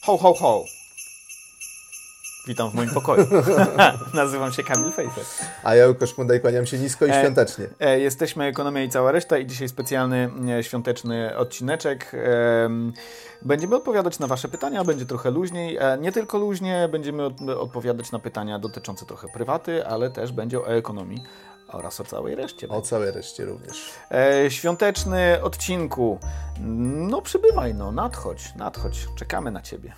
Ho, ho, ho. Witam w moim pokoju. Nazywam się Kamil Fejser. A ja, Łukasz Mundaj, kłaniam się nisko i świątecznie. Jesteśmy Ekonomia i cała reszta i dzisiaj specjalny świąteczny odcineczek. Będziemy odpowiadać na wasze pytania, będzie trochę luźniej. Nie tylko luźnie, będziemy odpowiadać na pytania dotyczące trochę prywaty, ale też będzie o ekonomii oraz o całej reszcie. O całej reszcie również. Świąteczny odcinku. No przybywaj, no nadchodź. Czekamy na ciebie.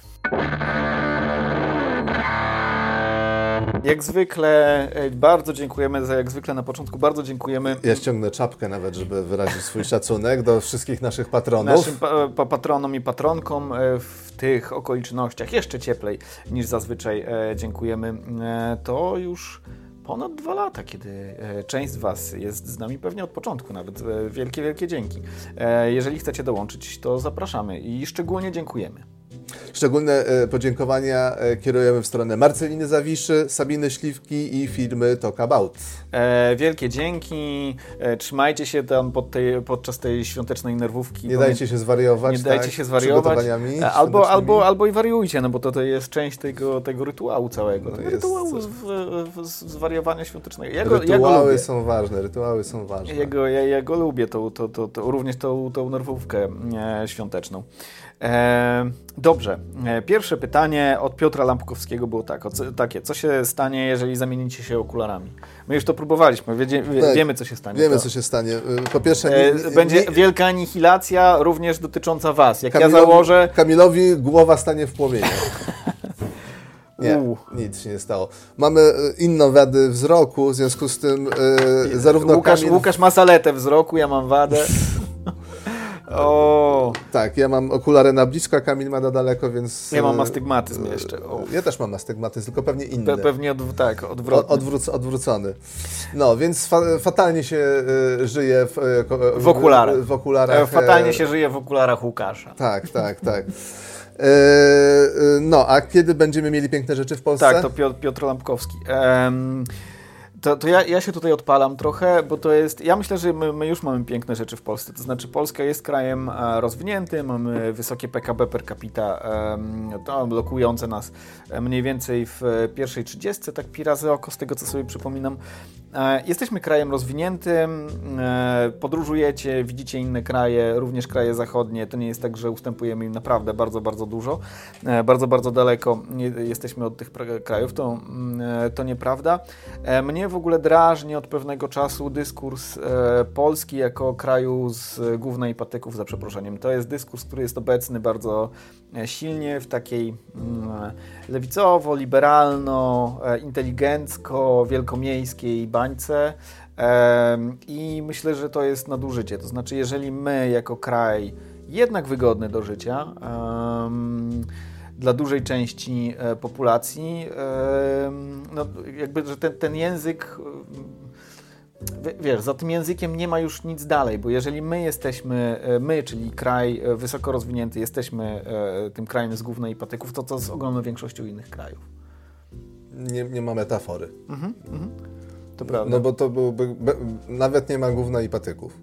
Jak zwykle bardzo dziękujemy na początku bardzo dziękujemy. Ja ściągnę czapkę nawet, żeby wyrazić swój szacunek do wszystkich naszych patronów. Naszym patronom i patronkom w tych okolicznościach jeszcze cieplej niż zazwyczaj dziękujemy. To już ponad 2 lata, kiedy część z was jest z nami pewnie od początku nawet. Wielkie dzięki. Jeżeli chcecie dołączyć, to zapraszamy i szczególnie dziękujemy. Szczególne podziękowania kierujemy w stronę Marceliny Zawiszy, Sabiny Śliwki i firmy Talk About. Wielkie dzięki. Trzymajcie się tam podczas tej świątecznej nerwówki. Nie dajcie się zwariować. Nie dajcie się zwariować. Albo i wariujcie, no bo to jest część tego rytuału całego. Tego rytuału zwariowania świątecznego. Rytuały są ważne. Ja go lubię, również tą nerwówkę świąteczną. Dobrze. Pierwsze pytanie od Piotra Lampkowskiego było takie. Co się stanie, jeżeli zamienicie się okularami? My już to próbowaliśmy. Wiemy, co się stanie. Wiemy, co się stanie. Po pierwsze... Będzie wielka anihilacja, również dotycząca was. Jak ja założę... Kamilowi głowa stanie w płomieniach. Nie, nic się nie stało. Mamy inną wadę wzroku, w związku z tym zarówno Łukasz ma zaletę wzroku, ja mam wadę. O. Tak, ja mam okulary na blisko, a Kamil ma na daleko, więc... Ja mam astygmatyzm jeszcze. Ja też mam astygmatyzm, tylko pewnie inny. Pewnie odwrotny. Odwrócony. No, więc fatalnie się żyje w okularach. W okularach. Fatalnie się żyje w okularach Łukasza. Tak. No, a kiedy będziemy mieli piękne rzeczy w Polsce? Tak, to Piotr Lampkowski. To ja się tutaj odpalam trochę, bo to jest... Ja myślę, że my już mamy piękne rzeczy w Polsce. To znaczy Polska jest krajem rozwiniętym, mamy wysokie PKB per capita, to blokujące nas mniej więcej w pierwszej 30, tak pi razy oko, z tego co sobie przypominam. Jesteśmy krajem rozwiniętym, podróżujecie, widzicie inne kraje, również kraje zachodnie. To nie jest tak, że ustępujemy im naprawdę bardzo, bardzo dużo. Bardzo daleko jesteśmy od tych krajów, to nieprawda. Mnie w ogóle drażni od pewnego czasu dyskurs Polski jako kraju z gówna i patyków, za przeproszeniem. To jest dyskurs, który jest obecny bardzo silnie w takiej lewicowo, liberalno, inteligencko, wielkomiejskiej bańce i myślę, że to jest nadużycie. To znaczy, jeżeli my jako kraj jednak wygodny do życia dla dużej części populacji, no jakby, że ten język, wiesz, za tym językiem nie ma już nic dalej, bo jeżeli my, czyli kraj wysoko rozwinięty, jesteśmy tym krajem z gówna i patyków, to co z ogromną większością innych krajów? Nie ma metafory. To prawda. No bo to byłby... Nawet nie ma gówna i patyków.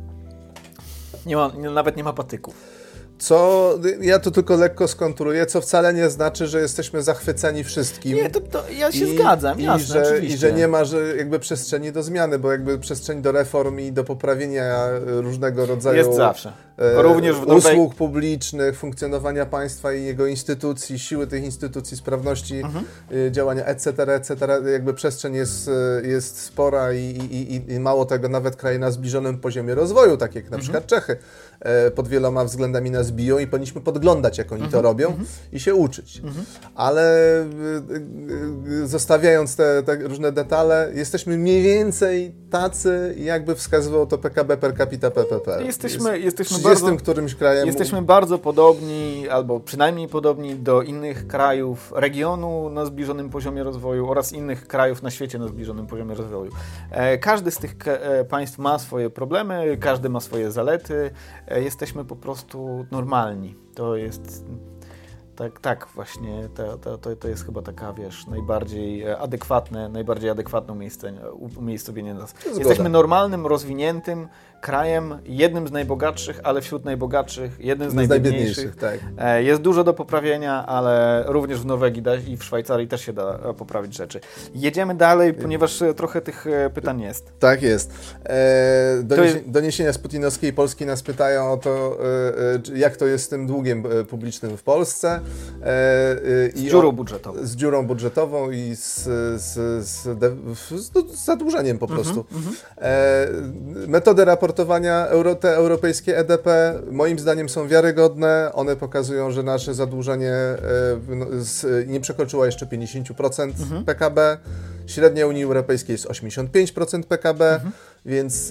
Nawet nie ma patyków. Co, ja to tylko lekko skontruję, co wcale nie znaczy, że jesteśmy zachwyceni wszystkim. Nie, ja się zgadzam, jasne, oczywiście. I że nie ma jakby przestrzeni do zmiany, bo jakby przestrzeń do reform i do poprawienia różnego rodzaju jest zawsze. Również usług publicznych, funkcjonowania państwa i jego instytucji, siły tych instytucji, sprawności działania, etc. Jakby przestrzeń jest spora i mało tego, nawet kraje na zbliżonym poziomie rozwoju, tak jak na przykład Czechy, pod wieloma względami nas biją i powinniśmy podglądać, jak oni to robią i się uczyć. Ale zostawiając te różne detale, jesteśmy mniej więcej tacy, jakby wskazywał to PKB per capita PPP. Jesteśmy którymś krajem. Jesteśmy bardzo podobni, albo przynajmniej podobni do innych krajów regionu na zbliżonym poziomie rozwoju oraz innych krajów na świecie na zbliżonym poziomie rozwoju. Każdy z tych państw ma swoje problemy, każdy ma swoje zalety. Jesteśmy po prostu normalni. Tak, właśnie to jest chyba taka, wiesz, najbardziej adekwatne umiejscowienie nas. Jesteśmy normalnym, rozwiniętym krajem, jednym z najbogatszych, ale wśród najbogatszych, jednym z najbiedniejszych. Tak. Jest dużo do poprawienia, ale również w Norwegii i w Szwajcarii też się da poprawić rzeczy. Jedziemy dalej, ponieważ trochę tych pytań jest. Tak jest. Doniesienia z putinowskiej Polski nas pytają o to, jak to jest z tym długiem publicznym w Polsce. Z dziurą budżetową i z zadłużeniem po prostu. Metody raportowania te europejskie EDP moim zdaniem są wiarygodne. One pokazują, że nasze zadłużenie nie przekroczyło jeszcze 50% PKB. Średnia Unii Europejskiej jest 85% PKB, więc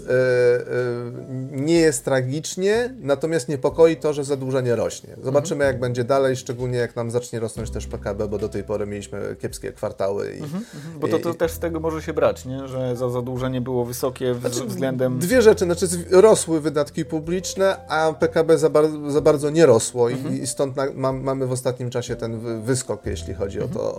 nie jest tragicznie, natomiast niepokoi to, że zadłużenie rośnie. Zobaczymy, jak będzie dalej, szczególnie jak nam zacznie rosnąć też PKB, bo do tej pory mieliśmy kiepskie kwartały. Bo to też z tego może się brać, nie? Że zadłużenie było wysokie względem... Dwie rzeczy, rosły wydatki publiczne, a PKB za bardzo nie rosło i stąd mamy w ostatnim czasie ten wyskok, jeśli chodzi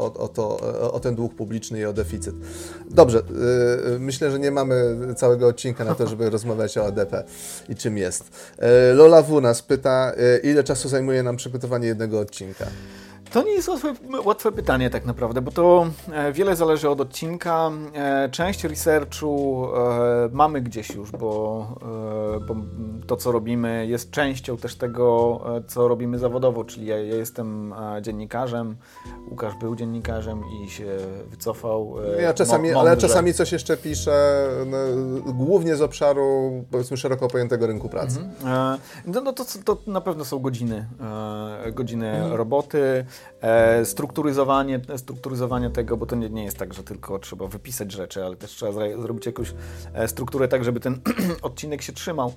o ten dług publiczny i o deficyt. Dobrze, myślę, że nie mamy całego odcinka na to, żeby rozmawiać o ADP i czym jest. Lola W. nas pyta, ile czasu zajmuje nam przygotowanie jednego odcinka? To nie jest łatwe pytanie tak naprawdę, bo to wiele zależy od odcinka. Część researchu mamy gdzieś już, bo to, co robimy, jest częścią też tego, co robimy zawodowo, czyli ja jestem dziennikarzem, Łukasz był dziennikarzem i się wycofał. Ale czasami coś jeszcze piszę, głównie z obszaru, powiedzmy, szeroko pojętego rynku pracy. To na pewno są godziny roboty. Strukturyzowanie tego, bo to nie jest tak, że tylko trzeba wypisać rzeczy, ale też trzeba zrobić jakąś strukturę tak, żeby ten odcinek się trzymał,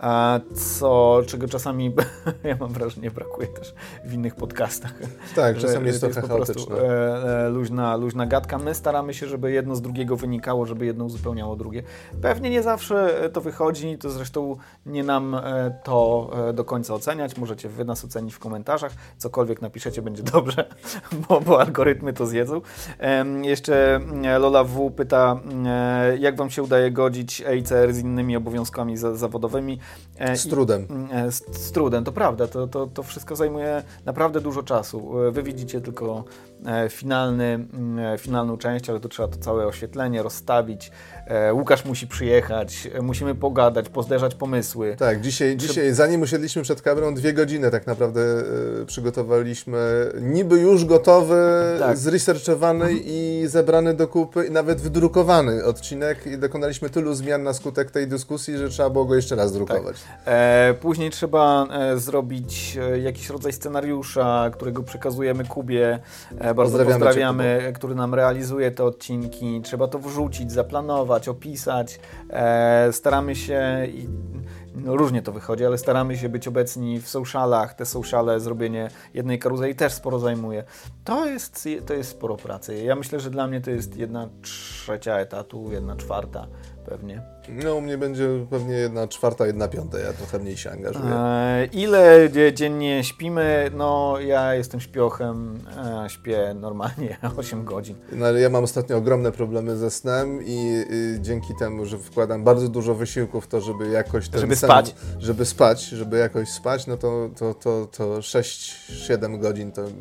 czego czasami ja mam wrażenie brakuje też w innych podcastach. Tak, czasami jest trochę chaotyczne. Luźna gadka. My staramy się, żeby jedno z drugiego wynikało, żeby jedno uzupełniało drugie. Pewnie nie zawsze to wychodzi, to zresztą nie nam to do końca oceniać. Możecie wy nas ocenić w komentarzach. Cokolwiek napiszecie, będzie dobrze, bo algorytmy to zjedzą. Jeszcze Lola W. pyta, jak wam się udaje godzić EICR z innymi obowiązkami zawodowymi? Z trudem. Z trudem, to prawda. To wszystko zajmuje naprawdę dużo czasu. Wy widzicie tylko finalną część, ale to trzeba to całe oświetlenie rozstawić. Łukasz musi przyjechać, musimy pogadać, pozderzać pomysły. Tak, dzisiaj zanim usiedliśmy przed kamerą, 2 godziny tak naprawdę przygotowaliśmy niby już gotowy, zresearchowany i zebrany do kupy i nawet wydrukowany odcinek i dokonaliśmy tylu zmian na skutek tej dyskusji, że trzeba było go jeszcze raz drukować. Tak. Później trzeba zrobić jakiś rodzaj scenariusza, którego przekazujemy Kubie. Bardzo pozdrawiamy, który nam realizuje te odcinki. Trzeba to wrzucić, zaplanować, opisać. Staramy się, różnie to wychodzi, ale staramy się być obecni w socialach. Te sociale, zrobienie jednej karuzeli też sporo zajmuje. To jest sporo pracy. Ja myślę, że dla mnie to jest 1/3 etatu, 1/4 pewnie. No, u mnie będzie pewnie 1/4, 1/5. Ja trochę mniej się angażuję. Ile dziennie śpimy? No, ja jestem śpiochem. Śpię normalnie 8 godzin. No, ale ja mam ostatnio ogromne problemy ze snem i dzięki temu, że wkładam bardzo dużo wysiłku w to, żeby jakoś żeby jakoś spać, no to 6-7 godzin to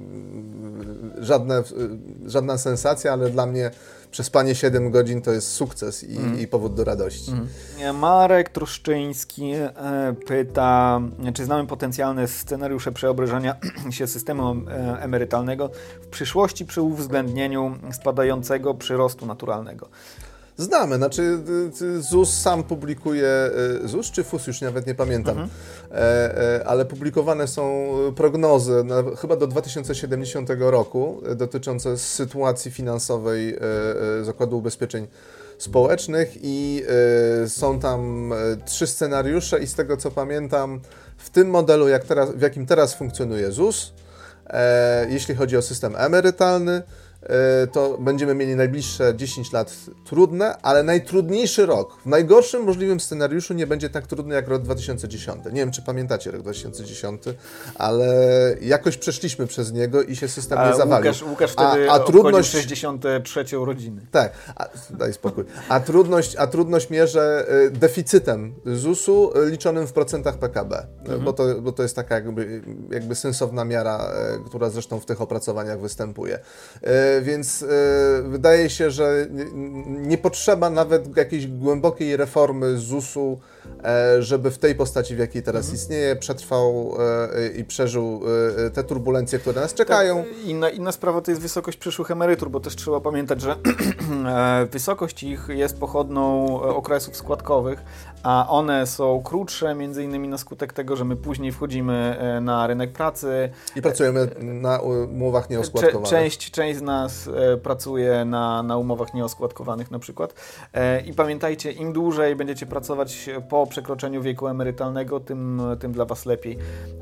żadna sensacja, ale dla mnie przespanie 7 godzin to jest sukces i powód do radości. Marek Truszczyński pyta, czy znamy potencjalne scenariusze przeobrażenia się systemu emerytalnego w przyszłości przy uwzględnieniu spadającego przyrostu naturalnego? Znamy, ZUS sam publikuje, ZUS czy FUS, już nawet nie pamiętam, ale publikowane są prognozy chyba do 2070 roku dotyczące sytuacji finansowej Zakładu Ubezpieczeń Społecznych i są tam 3 scenariusze i z tego co pamiętam, w tym modelu, w jakim teraz funkcjonuje ZUS, jeśli chodzi o system emerytalny, to będziemy mieli najbliższe 10 lat trudne, ale najtrudniejszy rok, w najgorszym możliwym scenariuszu nie będzie tak trudny jak rok 2010. Nie wiem, czy pamiętacie rok 2010, ale jakoś przeszliśmy przez niego i się system nie zawalił. Łukasz wtedy obchodził 63. urodziny. Tak, daj spokój. A trudność mierzę deficytem ZUS-u liczonym w procentach PKB, bo to jest taka jakby sensowna miara, która zresztą w tych opracowaniach występuje. Więc wydaje się, że nie potrzeba nawet jakiejś głębokiej reformy ZUS-u, żeby w tej postaci, w jakiej teraz istnieje, przetrwał i przeżył te turbulencje, które nas czekają. Tak, inna sprawa to jest wysokość przyszłych emerytur, bo też trzeba pamiętać, że wysokość ich jest pochodną okresów składkowych, a one są krótsze, między innymi na skutek tego, że my później wchodzimy na rynek pracy. I pracujemy na umowach nieoskładkowanych. Część z nas pracuje na umowach nieoskładkowanych na przykład. I pamiętajcie, im dłużej będziecie pracować po przekroczeniu wieku emerytalnego, tym dla Was lepiej.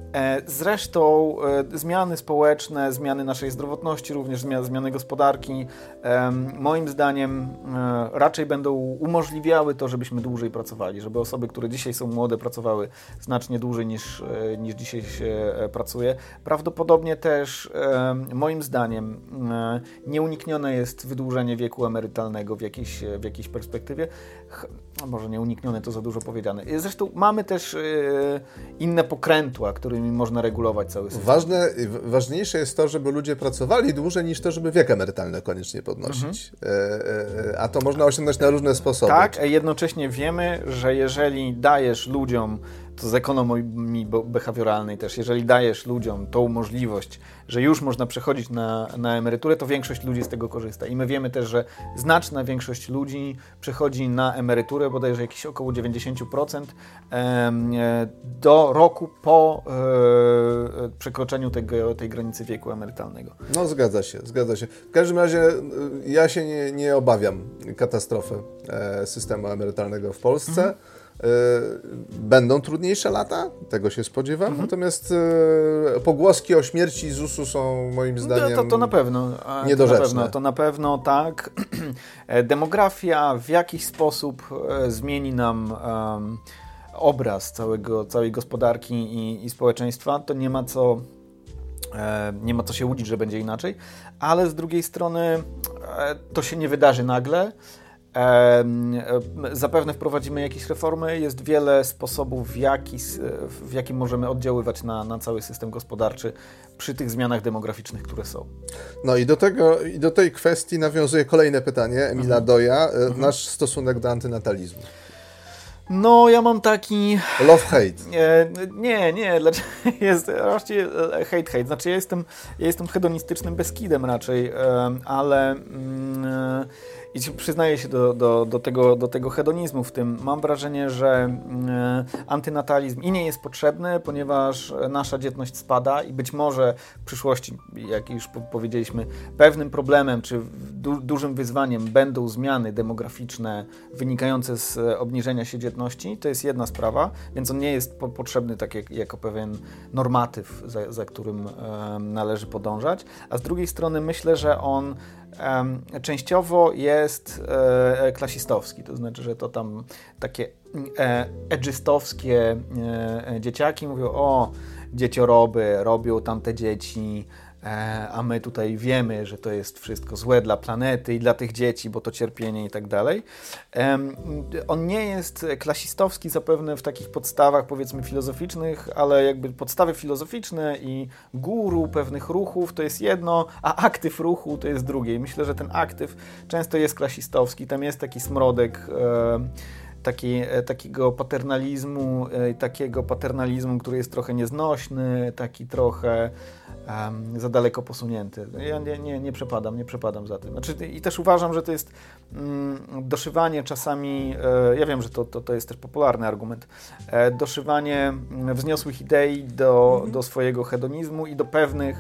Zresztą zmiany społeczne, zmiany naszej zdrowotności, również zmiany gospodarki, moim zdaniem raczej będą umożliwiały to, żebyśmy dłużej pracowali, żeby osoby, które dzisiaj są młode, pracowały znacznie dłużej niż dzisiaj się pracuje. Prawdopodobnie też, moim zdaniem, nieuniknione jest wydłużenie wieku emerytalnego w jakiejś perspektywie. Może nieuniknione, to za dużo powiedziane. Zresztą mamy też inne pokrętła, którymi można regulować cały system. Ważniejsze jest to, żeby ludzie pracowali dłużej niż to, żeby wiek emerytalny koniecznie podnosić. A to można osiągnąć na różne sposoby. Tak, a jednocześnie wiemy, że jeżeli dajesz ludziom, to z ekonomii behawioralnej też, jeżeli dajesz ludziom tą możliwość, że już można przechodzić na emeryturę, to większość ludzi z tego korzysta. I my wiemy też, że znaczna większość ludzi przechodzi na emeryturę, bodajże jakieś około 90%, do roku po przekroczeniu tej granicy wieku emerytalnego. No zgadza się. W każdym razie ja się nie obawiam katastrofy systemu emerytalnego w Polsce. Będą trudniejsze lata, tego się spodziewam, natomiast pogłoski o śmierci ZUS-u są moim zdaniem to na pewno niedorzeczne. To na pewno tak. Demografia w jakiś sposób zmieni nam obraz całej gospodarki i społeczeństwa. To nie ma co się łudzić, że będzie inaczej, ale z drugiej strony to się nie wydarzy nagle. Zapewne wprowadzimy jakieś reformy. Jest wiele sposobów, w jaki możemy oddziaływać na cały system gospodarczy przy tych zmianach demograficznych, które są. No i do tej kwestii nawiązuje kolejne pytanie Emila Doja. Nasz stosunek do antynatalizmu. No, ja mam taki... Love-hate. Nie, dlaczego jest raczej hate. Znaczy, ja jestem hedonistycznym Beskidem raczej, ale... I przyznaję się do tego hedonizmu w tym. Mam wrażenie, że antynatalizm nie jest potrzebny, ponieważ nasza dzietność spada i być może w przyszłości, jak już powiedzieliśmy, pewnym problemem czy dużym wyzwaniem będą zmiany demograficzne wynikające z obniżenia się dzietności. To jest jedna sprawa, więc on nie jest potrzebny tak jako pewien normatyw, za którym należy podążać. A z drugiej strony myślę, że on częściowo jest klasistowski, to znaczy, że to tam takie edżystowskie dzieciaki mówią: o, dziecioroby robią tamte dzieci, a my tutaj wiemy, że to jest wszystko złe dla planety i dla tych dzieci, bo to cierpienie i tak dalej. On nie jest klasistowski zapewne w takich podstawach, powiedzmy, filozoficznych, ale jakby podstawy filozoficzne i guru pewnych ruchów to jest jedno, a aktyw ruchu to jest drugie. I myślę, że ten aktyw często jest klasistowski, tam jest taki smrodek takiego paternalizmu, który jest trochę nieznośny, taki trochę za daleko posunięty. Ja nie przepadam za tym. Znaczy, i też uważam, że to jest doszywanie czasami, ja wiem, że to jest też popularny argument, doszywanie wzniosłych idei do swojego hedonizmu i do pewnych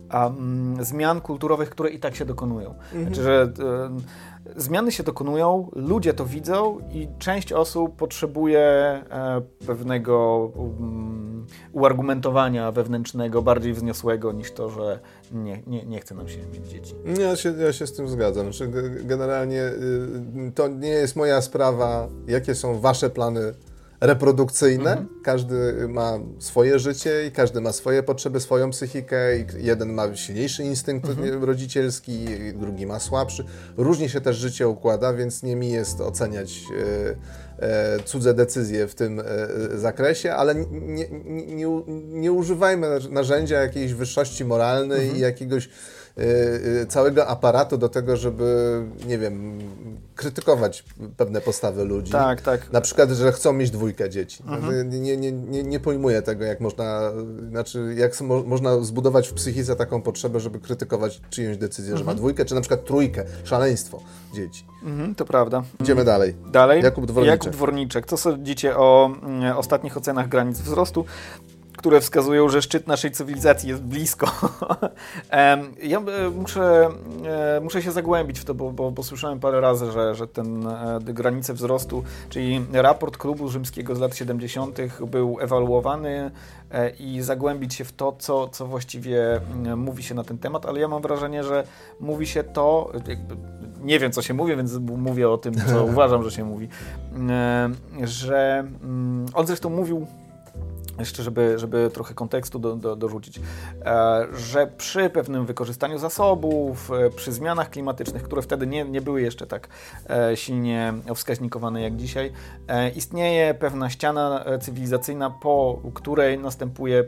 zmian kulturowych, które i tak się dokonują. Znaczy, że zmiany się dokonują, ludzie to widzą i część osób potrzebuje pewnego uargumentowania wewnętrznego, bardziej wzniosłego niż to, że nie chce nam się mieć dzieci. Ja się z tym zgadzam. Znaczy, generalnie to nie jest moja sprawa, jakie są wasze plany reprodukcyjne. Każdy ma swoje życie i każdy ma swoje potrzeby, swoją psychikę. I jeden ma silniejszy instynkt rodzicielski, drugi ma słabszy. Różnie się też życie układa, więc nie mi jest oceniać cudze decyzje w tym zakresie, ale nie używajmy narzędzia jakiejś wyższości moralnej i jakiegoś całego aparatu do tego, żeby, nie wiem, krytykować pewne postawy ludzi. Tak. Na przykład, że chcą mieć 2 dzieci. Nie pojmuję tego, jak można, można zbudować w psychice taką potrzebę, żeby krytykować czyjąś decyzję, że ma 2, czy na przykład 3. Szaleństwo dzieci. To prawda. Idziemy dalej. Jakub Dworniczek. Co sądzicie o ostatnich ocenach granic wzrostu, które wskazują, że szczyt naszej cywilizacji jest blisko? Ja muszę się zagłębić w to, bo słyszałem parę razy, że te granice wzrostu, czyli raport Klubu Rzymskiego z lat 70. był ewaluowany i zagłębić się w to, co właściwie mówi się na ten temat, ale ja mam wrażenie, że mówi się to, nie wiem, co się mówi, więc mówię o tym, co uważam, że się mówi, że on zresztą mówił, jeszcze żeby trochę kontekstu dorzucić, że przy pewnym wykorzystaniu zasobów, przy zmianach klimatycznych, które wtedy nie były jeszcze tak silnie wskaźnikowane jak dzisiaj, istnieje pewna ściana cywilizacyjna, po której następuje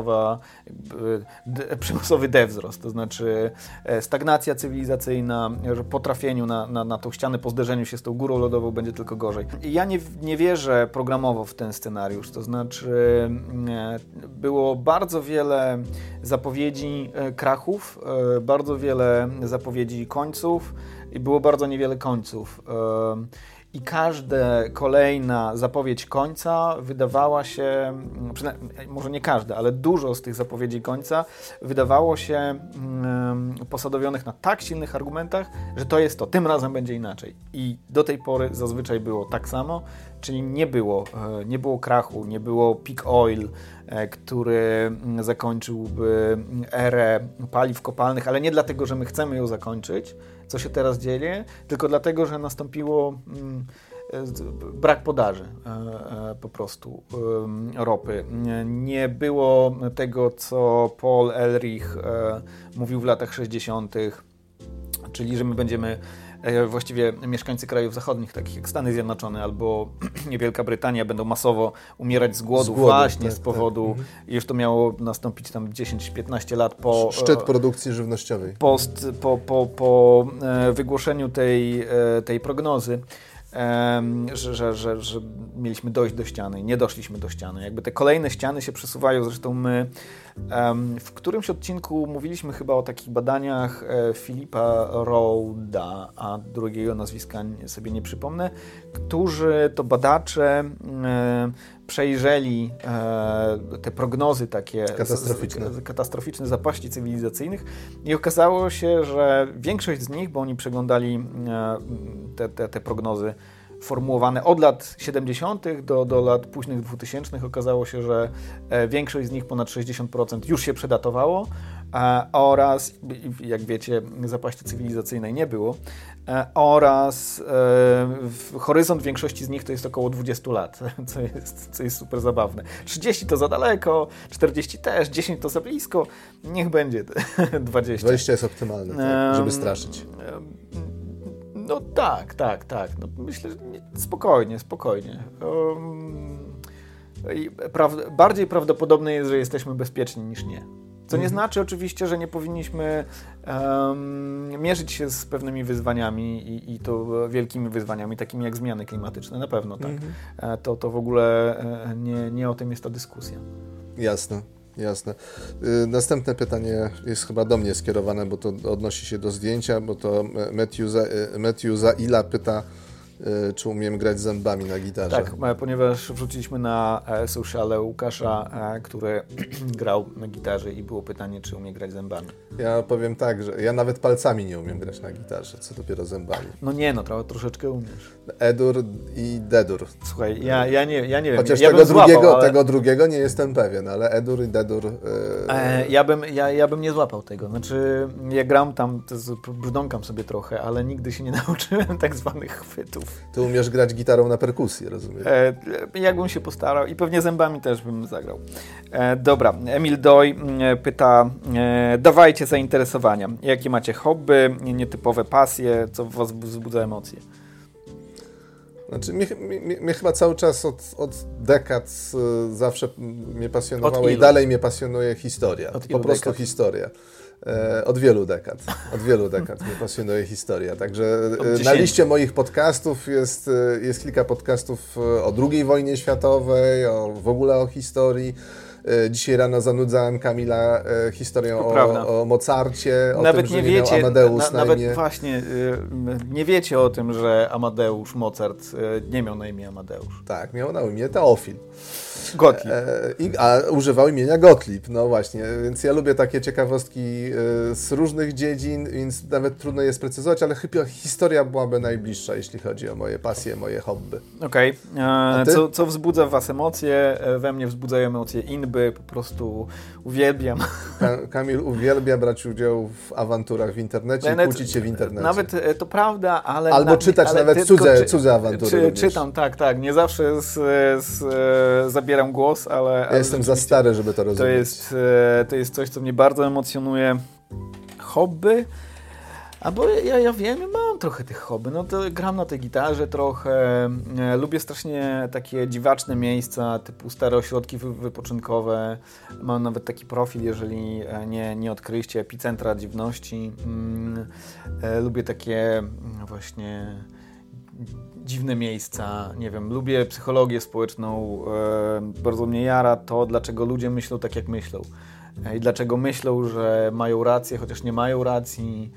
przymusowy dewzrost, to znaczy stagnacja cywilizacyjna, że po trafieniu na tą ścianę, po zderzeniu się z tą górą lodową będzie tylko gorzej. I ja nie wierzę programowo w ten scenariusz, to znaczy było bardzo wiele zapowiedzi krachów, bardzo wiele zapowiedzi końców i było bardzo niewiele końców. I każda kolejna zapowiedź końca wydawała się, może nie każda, ale dużo z tych zapowiedzi końca wydawało się posadowionych na tak silnych argumentach, że to jest to, tym razem będzie inaczej. I do tej pory zazwyczaj było tak samo, czyli nie było krachu, nie było peak oil, który zakończyłby erę paliw kopalnych, ale nie dlatego, że my chcemy ją zakończyć, co się teraz dzieje, tylko dlatego, że nastąpiło brak podaży po prostu ropy. Nie było tego, co Paul Ehrlich mówił w latach 60., czyli że my będziemy, właściwie mieszkańcy krajów zachodnich, takich jak Stany Zjednoczone albo Wielka Brytania, będą masowo umierać z głodu właśnie z powodu, już to miało nastąpić tam 10-15 lat po... Szczyt produkcji żywnościowej. Po wygłoszeniu tej prognozy, że mieliśmy dojść do ściany. Nie doszliśmy do ściany. Jakby te kolejne ściany się przesuwają. Zresztą my w którymś odcinku mówiliśmy chyba o takich badaniach Philippa Rowda, a drugiego nazwiska sobie nie przypomnę, którzy to badacze przejrzeli te prognozy takie katastroficzne zapaści cywilizacyjnych i okazało się, że większość z nich, bo oni przeglądali te prognozy formułowane od lat 70. do lat późnych 2000. Okazało się, że większość z nich, ponad 60%, już się przedatowało oraz, jak wiecie, zapaści cywilizacyjnej nie było, oraz horyzont większości z nich to jest około 20 lat, co jest super zabawne. 30 to za daleko, 40 też, 10 to za blisko, niech będzie 20. 20 jest optymalne, tak, żeby straszyć. No tak. No, myślę, że spokojnie. Bardziej prawdopodobne jest, że jesteśmy bezpieczni niż nie. Co nie znaczy oczywiście, że nie powinniśmy mierzyć się z pewnymi wyzwaniami i to wielkimi wyzwaniami, takimi jak zmiany klimatyczne. Na pewno tak. To w ogóle nie o tym jest ta dyskusja. Jasne. Następne pytanie jest chyba do mnie skierowane, bo to odnosi się do zdjęcia, bo to Matthew Zaila pyta, czy umiem grać zębami na gitarze. Tak, ponieważ wrzuciliśmy na sociale Łukasza, który grał na gitarze i było pytanie, czy umie grać zębami. Ja powiem tak, że ja nawet palcami nie umiem grać na gitarze, co dopiero zębami. No nie, troszeczkę umiesz. E-dur i D-dur. Słuchaj, ja nie wiem. Chociaż ja tego drugiego nie jestem pewien, ale E-dur i D-dur... Ja bym nie złapał tego. Znaczy, ja gram tam, brzdąkam sobie trochę, ale nigdy się nie nauczyłem tak zwanych chwytów. Ty umiesz grać gitarą na perkusji, rozumiem? Jakbym się postarał i pewnie zębami też bym zagrał. Dobra, Emil Doj pyta, dawajcie zainteresowania. Jakie macie hobby, nietypowe pasje, co w was wzbudza emocje? Znaczy, mnie chyba cały czas od dekad zawsze mnie pasjonowała i dalej mnie pasjonuje historia. Po prostu dekad? Historia. Od wielu dekad mnie pasjonuje historia. Także na liście moich podcastów jest kilka podcastów o II wojnie światowej, w ogóle o historii. Dzisiaj rano zanudzałem Kamila historią o Mozarcie, o nawet tym, nie że wiecie, miał Amadeus na nawet imię. Właśnie nie wiecie o tym, że Amadeusz Mozart nie miał na imię Amadeusz. Tak, miał na imię Teofil. Gottlieb. A używał imienia Gottlieb, no właśnie, więc ja lubię takie ciekawostki z różnych dziedzin, więc nawet trudno je sprecyzować, ale chyba historia byłaby najbliższa, jeśli chodzi o moje pasje, moje hobby. Okej. Co wzbudza w was emocje? We mnie wzbudzają emocje inby, po prostu uwielbiam. Kamil uwielbia brać udział w awanturach w internecie i kłócić się w internecie. Nawet to prawda, ale... Albo czytać nawet cudze awantury. Czytam, tak. Nie zawsze zabieram głos, ale... Ja jestem za stary, żeby to rozumieć. To jest coś, co mnie bardzo emocjonuje. Hobby? Albo ja wiem, mam trochę tych hobby. No to gram na tej gitarze trochę. Lubię strasznie takie dziwaczne miejsca, typu stare ośrodki wypoczynkowe. Mam nawet taki profil, jeżeli nie odkryliście, Epicentra Dziwności. Lubię takie właśnie dziwne miejsca, nie wiem, lubię psychologię społeczną, bardzo mnie jara to, dlaczego ludzie myślą tak, jak myślą i dlaczego myślą, że mają rację, chociaż nie mają racji,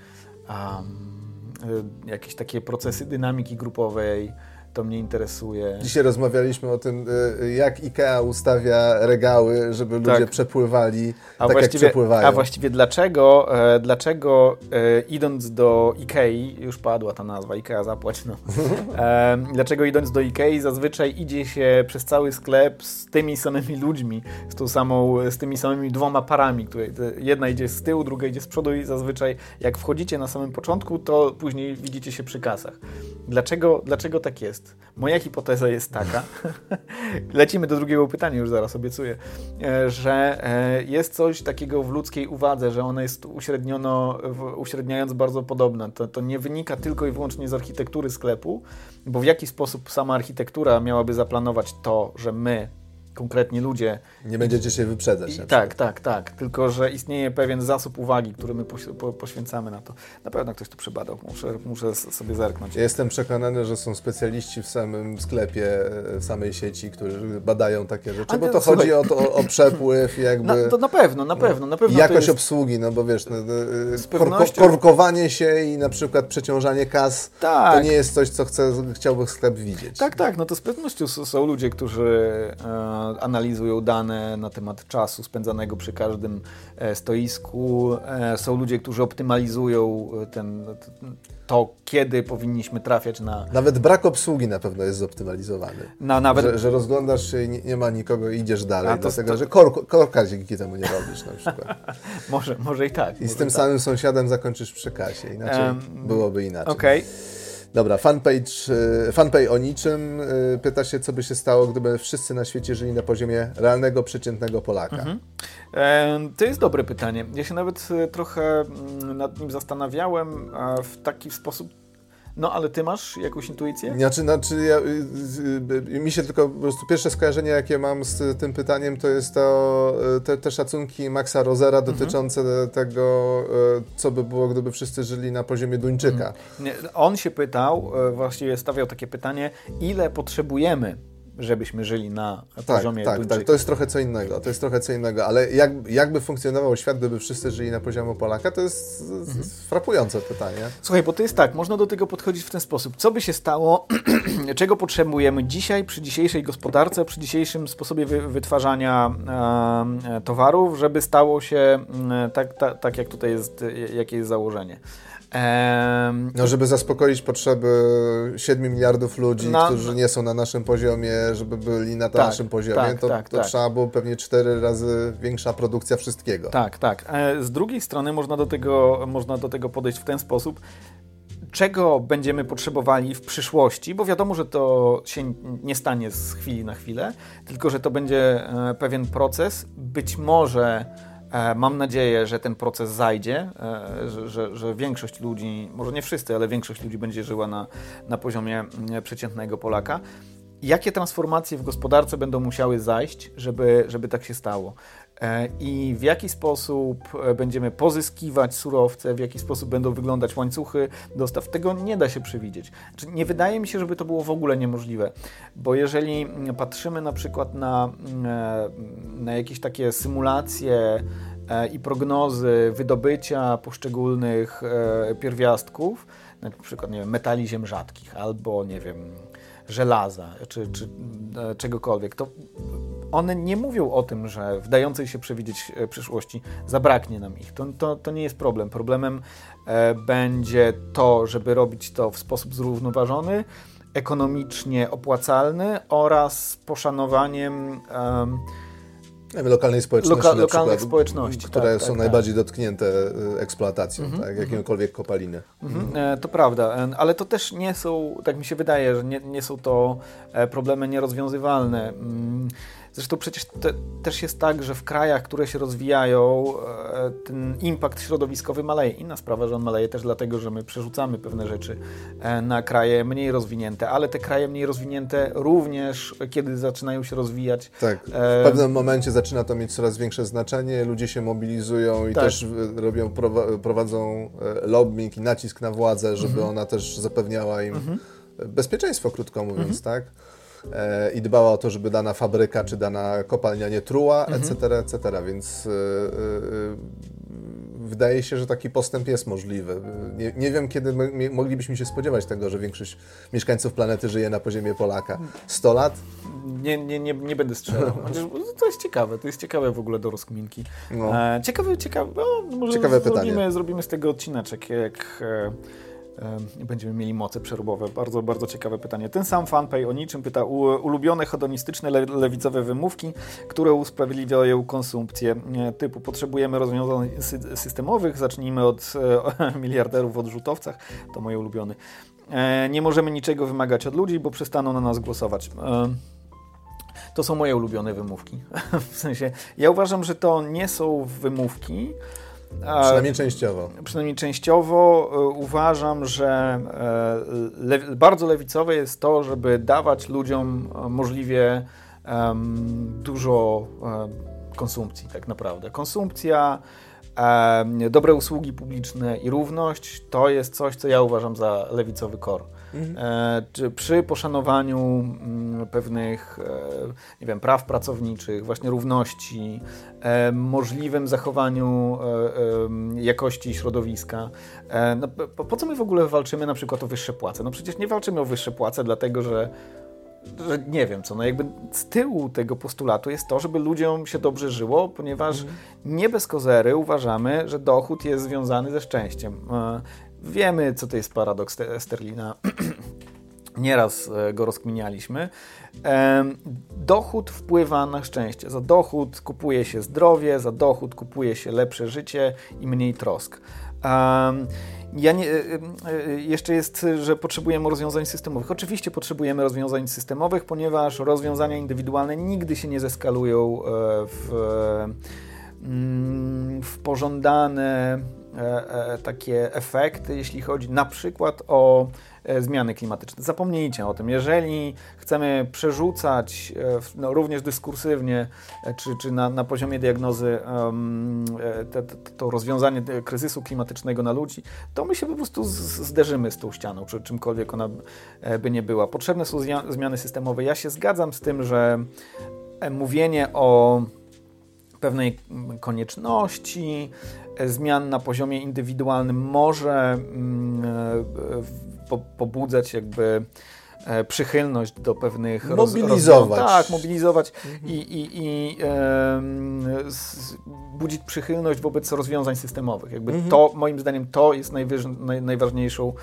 jakieś takie procesy dynamiki grupowej, to mnie interesuje. Dzisiaj rozmawialiśmy o tym, jak IKEA ustawia regały, żeby ludzie przepływali jak przepływają. A właściwie dlaczego idąc do IKEA, już padła ta nazwa, IKEA zapłać, no. Dlaczego idąc do IKEA zazwyczaj idzie się przez cały sklep z tymi samymi ludźmi, z tymi samymi dwoma parami, które jedna idzie z tyłu, druga idzie z przodu i zazwyczaj jak wchodzicie na samym początku, to później widzicie się przy kasach. Dlaczego tak jest? Moja hipoteza jest taka, lecimy do drugiego pytania, już zaraz obiecuję, że jest coś takiego w ludzkiej uwadze, że ona jest uśredniając bardzo podobna. To nie wynika tylko i wyłącznie z architektury sklepu, bo w jaki sposób sama architektura miałaby zaplanować to, że my, konkretnie ludzie... Nie będziecie się wyprzedzać. Tak. Tylko, że istnieje pewien zasób uwagi, który my poświęcamy na to. Na pewno ktoś to przebadał. Muszę sobie zerknąć. Ja jestem przekonany, że są specjaliści w samym sklepie, w samej sieci, którzy badają takie rzeczy, bo to chodzi o przepływ jakby... To na pewno. I jakość obsługi, no bo wiesz, korkowanie się i na przykład przeciążanie kas, to nie jest coś, co chciałby sklep widzieć. Tak, no to z pewnością są ludzie, którzy analizują dane na temat czasu spędzanego przy każdym stoisku. Są ludzie, którzy optymalizują to, kiedy powinniśmy trafiać na... Nawet brak obsługi na pewno jest zoptymalizowany. Że rozglądasz się i nie ma nikogo i idziesz dalej, dlatego że korka dzięki temu nie robisz na przykład. może i tak. I z tym samym sąsiadem zakończysz przy kasie, inaczej byłoby inaczej. Okej. Dobra, fanpage o niczym. Pyta się, co by się stało, gdyby wszyscy na świecie żyli na poziomie realnego, przeciętnego Polaka. To jest dobre pytanie. Ja się nawet trochę nad nim zastanawiałem w taki sposób. No, ale ty masz jakąś intuicję? Mi się tylko po prostu pierwsze skojarzenie, jakie mam z tym pytaniem, to jest te szacunki Maxa Rosera dotyczące tego, co by było, gdyby wszyscy żyli na poziomie Duńczyka. On się pytał, właściwie stawiał takie pytanie, ile potrzebujemy żebyśmy żyli na poziomie Tak, to jest trochę co innego, ale jakby funkcjonował świat, gdyby wszyscy żyli na poziomie Polaka, to jest frapujące pytanie. Słuchaj, bo to jest tak, można do tego podchodzić w ten sposób. Co by się stało, czego potrzebujemy dzisiaj, przy dzisiejszej gospodarce, przy dzisiejszym sposobie wytwarzania towarów, żeby stało się tak jak tutaj jest, jakie jest założenie. No, żeby zaspokoić potrzeby 7 miliardów ludzi, którzy nie są na naszym poziomie, żeby byli na naszym poziomie, to trzeba było pewnie 4 razy większa produkcja wszystkiego. Tak. Z drugiej strony można do tego podejść w ten sposób, czego będziemy potrzebowali w przyszłości, bo wiadomo, że to się nie stanie z chwili na chwilę, tylko że to będzie pewien proces, być może mam nadzieję, że ten proces zajdzie, że większość ludzi, może nie wszyscy, ale większość ludzi będzie żyła na poziomie przeciętnego Polaka. Jakie transformacje w gospodarce będą musiały zajść, żeby tak się stało? I w jaki sposób będziemy pozyskiwać surowce, w jaki sposób będą wyglądać łańcuchy dostaw, tego nie da się przewidzieć. Nie wydaje mi się, żeby to było w ogóle niemożliwe, bo jeżeli patrzymy na przykład na jakieś takie symulacje i prognozy wydobycia poszczególnych pierwiastków, na przykład metali ziem rzadkich albo żelaza czy czegokolwiek, to one nie mówią o tym, że w dającej się przewidzieć przyszłości zabraknie nam ich. To nie jest problem. Problemem będzie to, żeby robić to w sposób zrównoważony, ekonomicznie opłacalny oraz z poszanowaniem lokalnej społeczności, lokalnych społeczności, które są najbardziej dotknięte eksploatacją, jakiegokolwiek kopaliny. To prawda, ale to też nie są, tak mi się wydaje, że nie są to problemy nierozwiązywalne. Zresztą przecież też jest tak, że w krajach, które się rozwijają, ten impact środowiskowy maleje. Inna sprawa, że on maleje też dlatego, że my przerzucamy pewne rzeczy na kraje mniej rozwinięte, ale te kraje mniej rozwinięte również, kiedy zaczynają się rozwijać... Tak, w pewnym momencie zaczyna to mieć coraz większe znaczenie, ludzie się mobilizują i też prowadzą lobbying i nacisk na władzę, żeby ona też zapewniała im bezpieczeństwo, krótko mówiąc, tak? I dbała o to, żeby dana fabryka czy dana kopalnia nie truła, etc., więc wydaje się, że taki postęp jest możliwy. Nie wiem, kiedy moglibyśmy się spodziewać tego, że większość mieszkańców planety żyje na poziomie Polaka. 100 lat? Nie będę strzelał. To jest ciekawe w ogóle do rozkminki. No. Może pytanie. Zrobimy z tego odcineczek, jak będziemy mieli moce przerobowe. Bardzo, bardzo ciekawe pytanie. Ten sam fanpage o niczym pyta: ulubione hedonistyczne lewicowe wymówki, które usprawiedliwiają konsumpcję. Typu potrzebujemy rozwiązań systemowych, zacznijmy od miliarderów w odrzutowcach. To moje ulubione. Nie możemy niczego wymagać od ludzi, bo przestaną na nas głosować. To są moje ulubione wymówki. W sensie, ja uważam, że to nie są wymówki. Przynajmniej częściowo uważam, że bardzo lewicowe jest to, żeby dawać ludziom możliwie dużo konsumpcji tak naprawdę. Konsumpcja, dobre usługi publiczne i równość to jest coś, co ja uważam za lewicowy core. Przy poszanowaniu pewnych praw pracowniczych, właśnie równości, możliwym zachowaniu jakości środowiska. Po co my w ogóle walczymy na przykład o wyższe płace? No przecież nie walczymy o wyższe płace dlatego, że nie wiem co, jakby z tyłu tego postulatu jest to, żeby ludziom się dobrze żyło, ponieważ nie bez kozery uważamy, że dochód jest związany ze szczęściem. Wiemy, co to jest paradoks Sterlina. Nieraz go rozkminialiśmy. Dochód wpływa na szczęście. Za dochód kupuje się zdrowie, za dochód kupuje się lepsze życie i mniej trosk. Jeszcze jest, że potrzebujemy rozwiązań systemowych. Oczywiście potrzebujemy rozwiązań systemowych, ponieważ rozwiązania indywidualne nigdy się nie zeskalują w pożądane takie efekty, jeśli chodzi na przykład o zmiany klimatyczne. Zapomnijcie o tym. Jeżeli chcemy przerzucać również dyskursywnie, czy na poziomie diagnozy to rozwiązanie kryzysu klimatycznego na ludzi, to my się po prostu zderzymy z tą ścianą, czy czymkolwiek ona by nie była. Potrzebne są zmiany systemowe. Ja się zgadzam z tym, że mówienie o pewnej konieczności zmian na poziomie indywidualnym może pobudzać jakby przychylność do pewnych mobilizować. Mobilizować i budzić przychylność wobec rozwiązań systemowych. Jakby to, moim zdaniem, to jest najważniejszą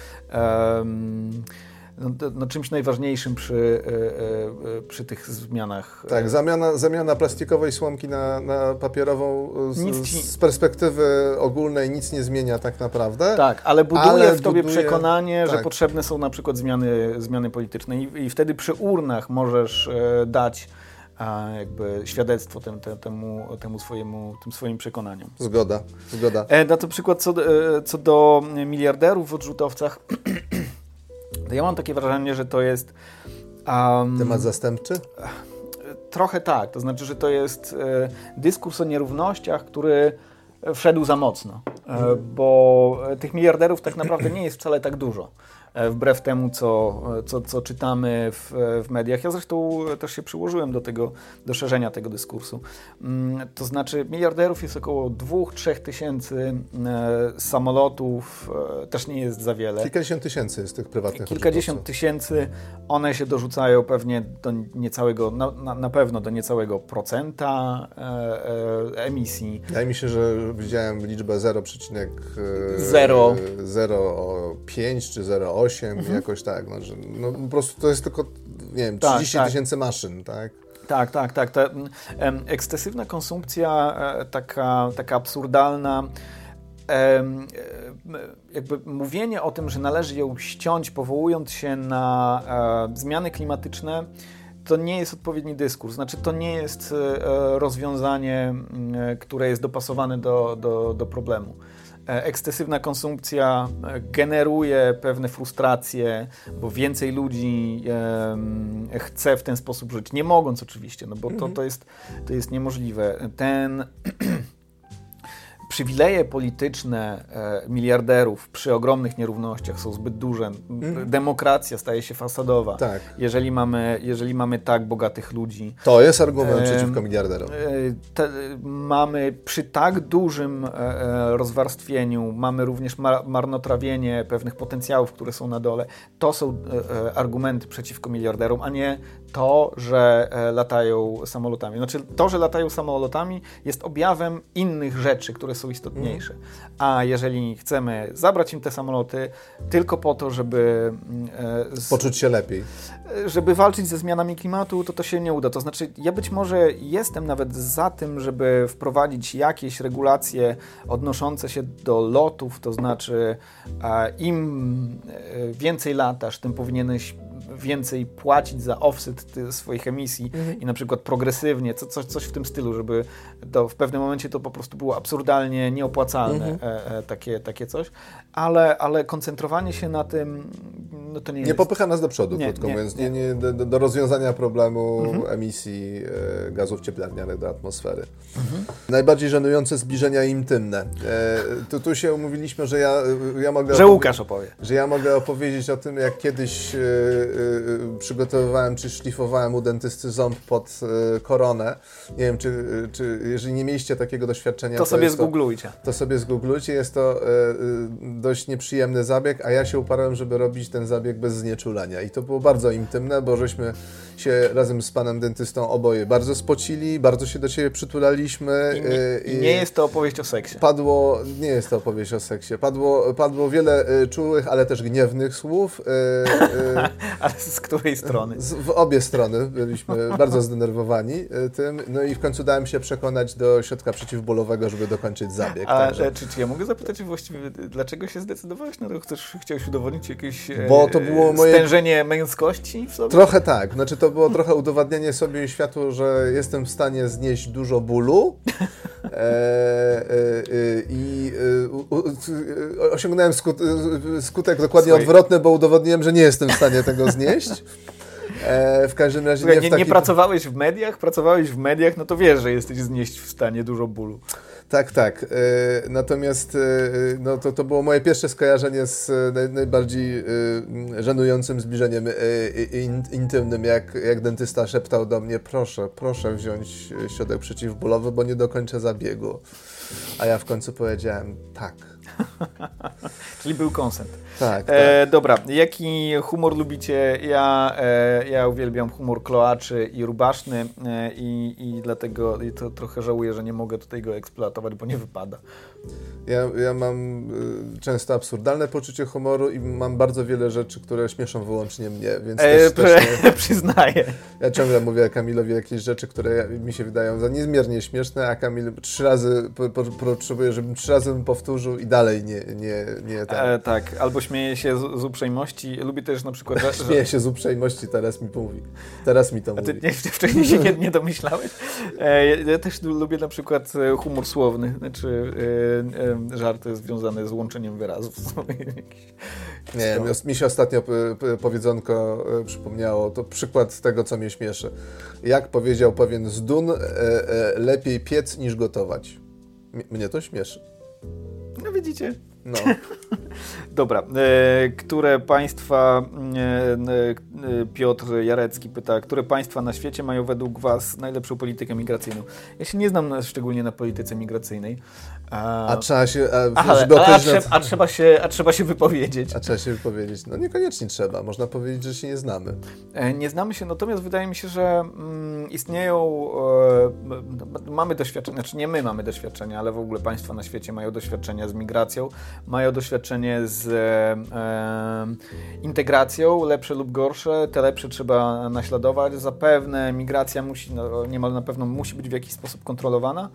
czymś najważniejszym przy tych zmianach. Tak, zamiana plastikowej słomki na papierową z perspektywy ogólnej nic nie zmienia tak naprawdę. Tak, ale buduje w tobie przekonanie, że potrzebne są na przykład zmiany polityczne i wtedy przy urnach możesz dać jakby świadectwo tym swoim przekonaniom. Zgoda. Na to przykład co do miliarderów w odrzutowcach, to ja mam takie wrażenie, że to jest... temat zastępczy? Trochę tak. To znaczy, że to jest dyskurs o nierównościach, który wszedł za mocno. Bo tych miliarderów tak naprawdę nie jest wcale tak dużo. Wbrew temu, co czytamy w mediach. Ja zresztą też się przyłożyłem do szerzenia tego dyskursu. To znaczy miliarderów jest około 2-3 tysięcy samolotów, też nie jest za wiele. Kilkadziesiąt tysięcy jest tych prywatnych Kilkadziesiąt tysięcy, one się dorzucają pewnie do niecałego, na pewno do niecałego procenta emisji. Wydaje mi się, że widziałem liczbę 0,05 czy 0,8 jakoś tak. No, po prostu to jest tylko, nie wiem, 30 tysięcy maszyn, tak? Tak. Ta ekscesywna konsumpcja, taka absurdalna, jakby mówienie o tym, że należy ją ściąć, powołując się na zmiany klimatyczne, to nie jest odpowiedni dyskurs. Znaczy, to nie jest rozwiązanie, które jest dopasowane do problemu. Ekscesywna konsumpcja generuje pewne frustracje, bo więcej ludzi chce w ten sposób żyć, nie mogąc oczywiście, no bo to jest niemożliwe. Przywileje polityczne miliarderów przy ogromnych nierównościach są zbyt duże. Demokracja staje się fasadowa. Tak. Jeżeli mamy tak bogatych ludzi. To jest argument przeciwko miliarderom. Mamy przy tak dużym rozwarstwieniu, mamy również marnotrawienie pewnych potencjałów, które są na dole. To są argumenty przeciwko miliarderom, a nie to, że latają samolotami. Znaczy, to, że latają samolotami jest objawem innych rzeczy, które są istotniejsze. A jeżeli chcemy zabrać im te samoloty tylko po to, żeby poczuć się lepiej. Żeby walczyć ze zmianami klimatu, to się nie uda. To znaczy, ja być może jestem nawet za tym, żeby wprowadzić jakieś regulacje odnoszące się do lotów, to znaczy im więcej latasz, tym powinieneś więcej płacić za offset swoich emisji i na przykład progresywnie, coś w tym stylu, żeby w pewnym momencie to po prostu było absurdalnie nieopłacalne, takie coś, ale koncentrowanie się na tym, no to nie jest... Nie popycha nas do przodu, krótko mówiąc, do rozwiązania problemu emisji gazów cieplarnianych do atmosfery. Najbardziej żenujące zbliżenia intymne. Tu się umówiliśmy, że ja mogę... Że Łukasz opowie. Że ja mogę opowiedzieć o tym, jak kiedyś przygotowywałem czy szlifowałem u dentysty ząb pod koronę. Nie wiem, czy jeżeli nie mieliście takiego doświadczenia, to sobie zgooglujcie. To sobie zgooglujcie. Jest to dość nieprzyjemny zabieg, a ja się uparłem, żeby robić ten zabieg bez znieczulenia. I to było bardzo intymne, bo żeśmy się razem z panem dentystą oboje bardzo spocili, bardzo się do siebie przytulaliśmy. I nie jest to opowieść o seksie. Nie jest to opowieść o seksie. Padło wiele czułych, ale też gniewnych słów. Ale z której strony? W obie strony byliśmy bardzo zdenerwowani tym. No i w końcu dałem się przekonać do środka przeciwbólowego, żeby dokończyć zabieg. Czy ja mogę zapytać właściwie, dlaczego się zdecydowałeś na to? Chciałeś udowodnić jakieś stężenie męskości w sobie? Trochę tak. Znaczy to było trochę udowadnianie sobie i światu, że jestem w stanie znieść dużo bólu, Osiągnąłem skutek dokładnie odwrotny, bo udowodniłem, że nie jestem w stanie tego znieść. W każdym razie nie pracowałeś w mediach? Pracowałeś w mediach, no to wiesz, że jesteś znieść w stanie dużo bólu. Tak. Natomiast no to było moje pierwsze skojarzenie z najbardziej żenującym zbliżeniem intymnym, jak dentysta szeptał do mnie: proszę wziąć środek przeciwbólowy, bo nie dokończę zabiegu. A ja w końcu powiedziałem tak. Czyli był konsent. Tak. Dobra, jaki humor lubicie? Ja uwielbiam humor kloaczy i rubaszny i dlatego to trochę żałuję, że nie mogę tutaj go eksploatować, bo nie wypada. Ja mam często absurdalne poczucie humoru i mam bardzo wiele rzeczy, które śmieszą wyłącznie mnie, więc przyznaję. Ja ciągle mówię Kamilowi jakieś rzeczy, które mi się wydają za niezmiernie śmieszne, a Kamil 3 razy potrzebuje, żebym 3 razy powtórzył i dalej nie tak. Tak, albo śmieje się z uprzejmości. Lubię też na przykład... Śmieje się z uprzejmości, teraz mi to mówi. A ty wcześniej się nie domyślałeś? Ja też lubię na przykład humor słowny, znaczy żarty związane z łączeniem wyrazów. Nie, mi się ostatnio powiedzonko przypomniało, to przykład tego, co mnie śmieszy. Jak powiedział pewien zdun, lepiej piec niż gotować. Mnie to śmieszy. No widzicie. No. Dobra. Które państwa, Piotr Jarecki pyta, które państwa na świecie mają według Was najlepszą politykę migracyjną? Ja się nie znam szczególnie na polityce migracyjnej. Trzeba się... trzeba się wypowiedzieć. A trzeba się wypowiedzieć. No niekoniecznie trzeba. Można powiedzieć, że się nie znamy. Nie znamy się, natomiast wydaje mi się, że istnieją... mamy doświadczenia, znaczy nie my mamy doświadczenia, ale w ogóle państwa na świecie mają doświadczenia z migracją, mają doświadczenie z integracją, lepsze lub gorsze. Te lepsze trzeba naśladować. Zapewne migracja niemal na pewno musi być w jakiś sposób kontrolowana.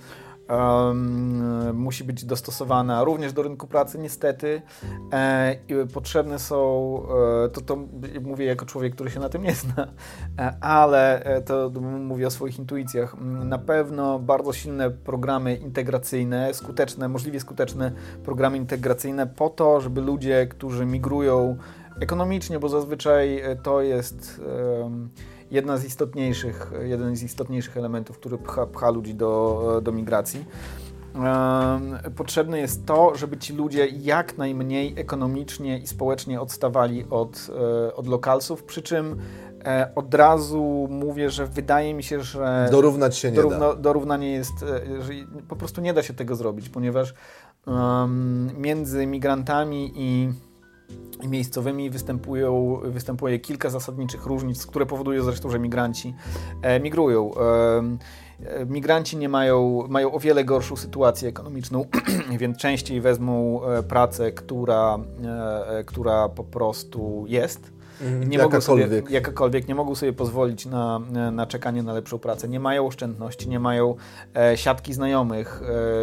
Musi być dostosowana również do rynku pracy, niestety. Potrzebne są, to mówię jako człowiek, który się na tym nie zna, ale to mówię o swoich intuicjach. Na pewno bardzo silne programy integracyjne, możliwie skuteczne programy integracyjne po to, żeby ludzie, którzy migrują ekonomicznie, bo zazwyczaj to jest jeden z istotniejszych elementów, który pcha ludzi do migracji. Potrzebne jest to, żeby ci ludzie jak najmniej ekonomicznie i społecznie odstawali od lokalsów, przy czym od razu mówię, że wydaje mi się, że dorównać się nie da. Dorównanie jest, że po prostu nie da się tego zrobić, ponieważ między migrantami i miejscowymi występuje kilka zasadniczych różnic, które powodują zresztą, że migranci migrują. Migranci mają o wiele gorszą sytuację ekonomiczną, więc częściej wezmą pracę, która po prostu jest. Jakakolwiek, nie mogą sobie pozwolić na czekanie na lepszą pracę. Nie mają oszczędności, nie mają siatki znajomych,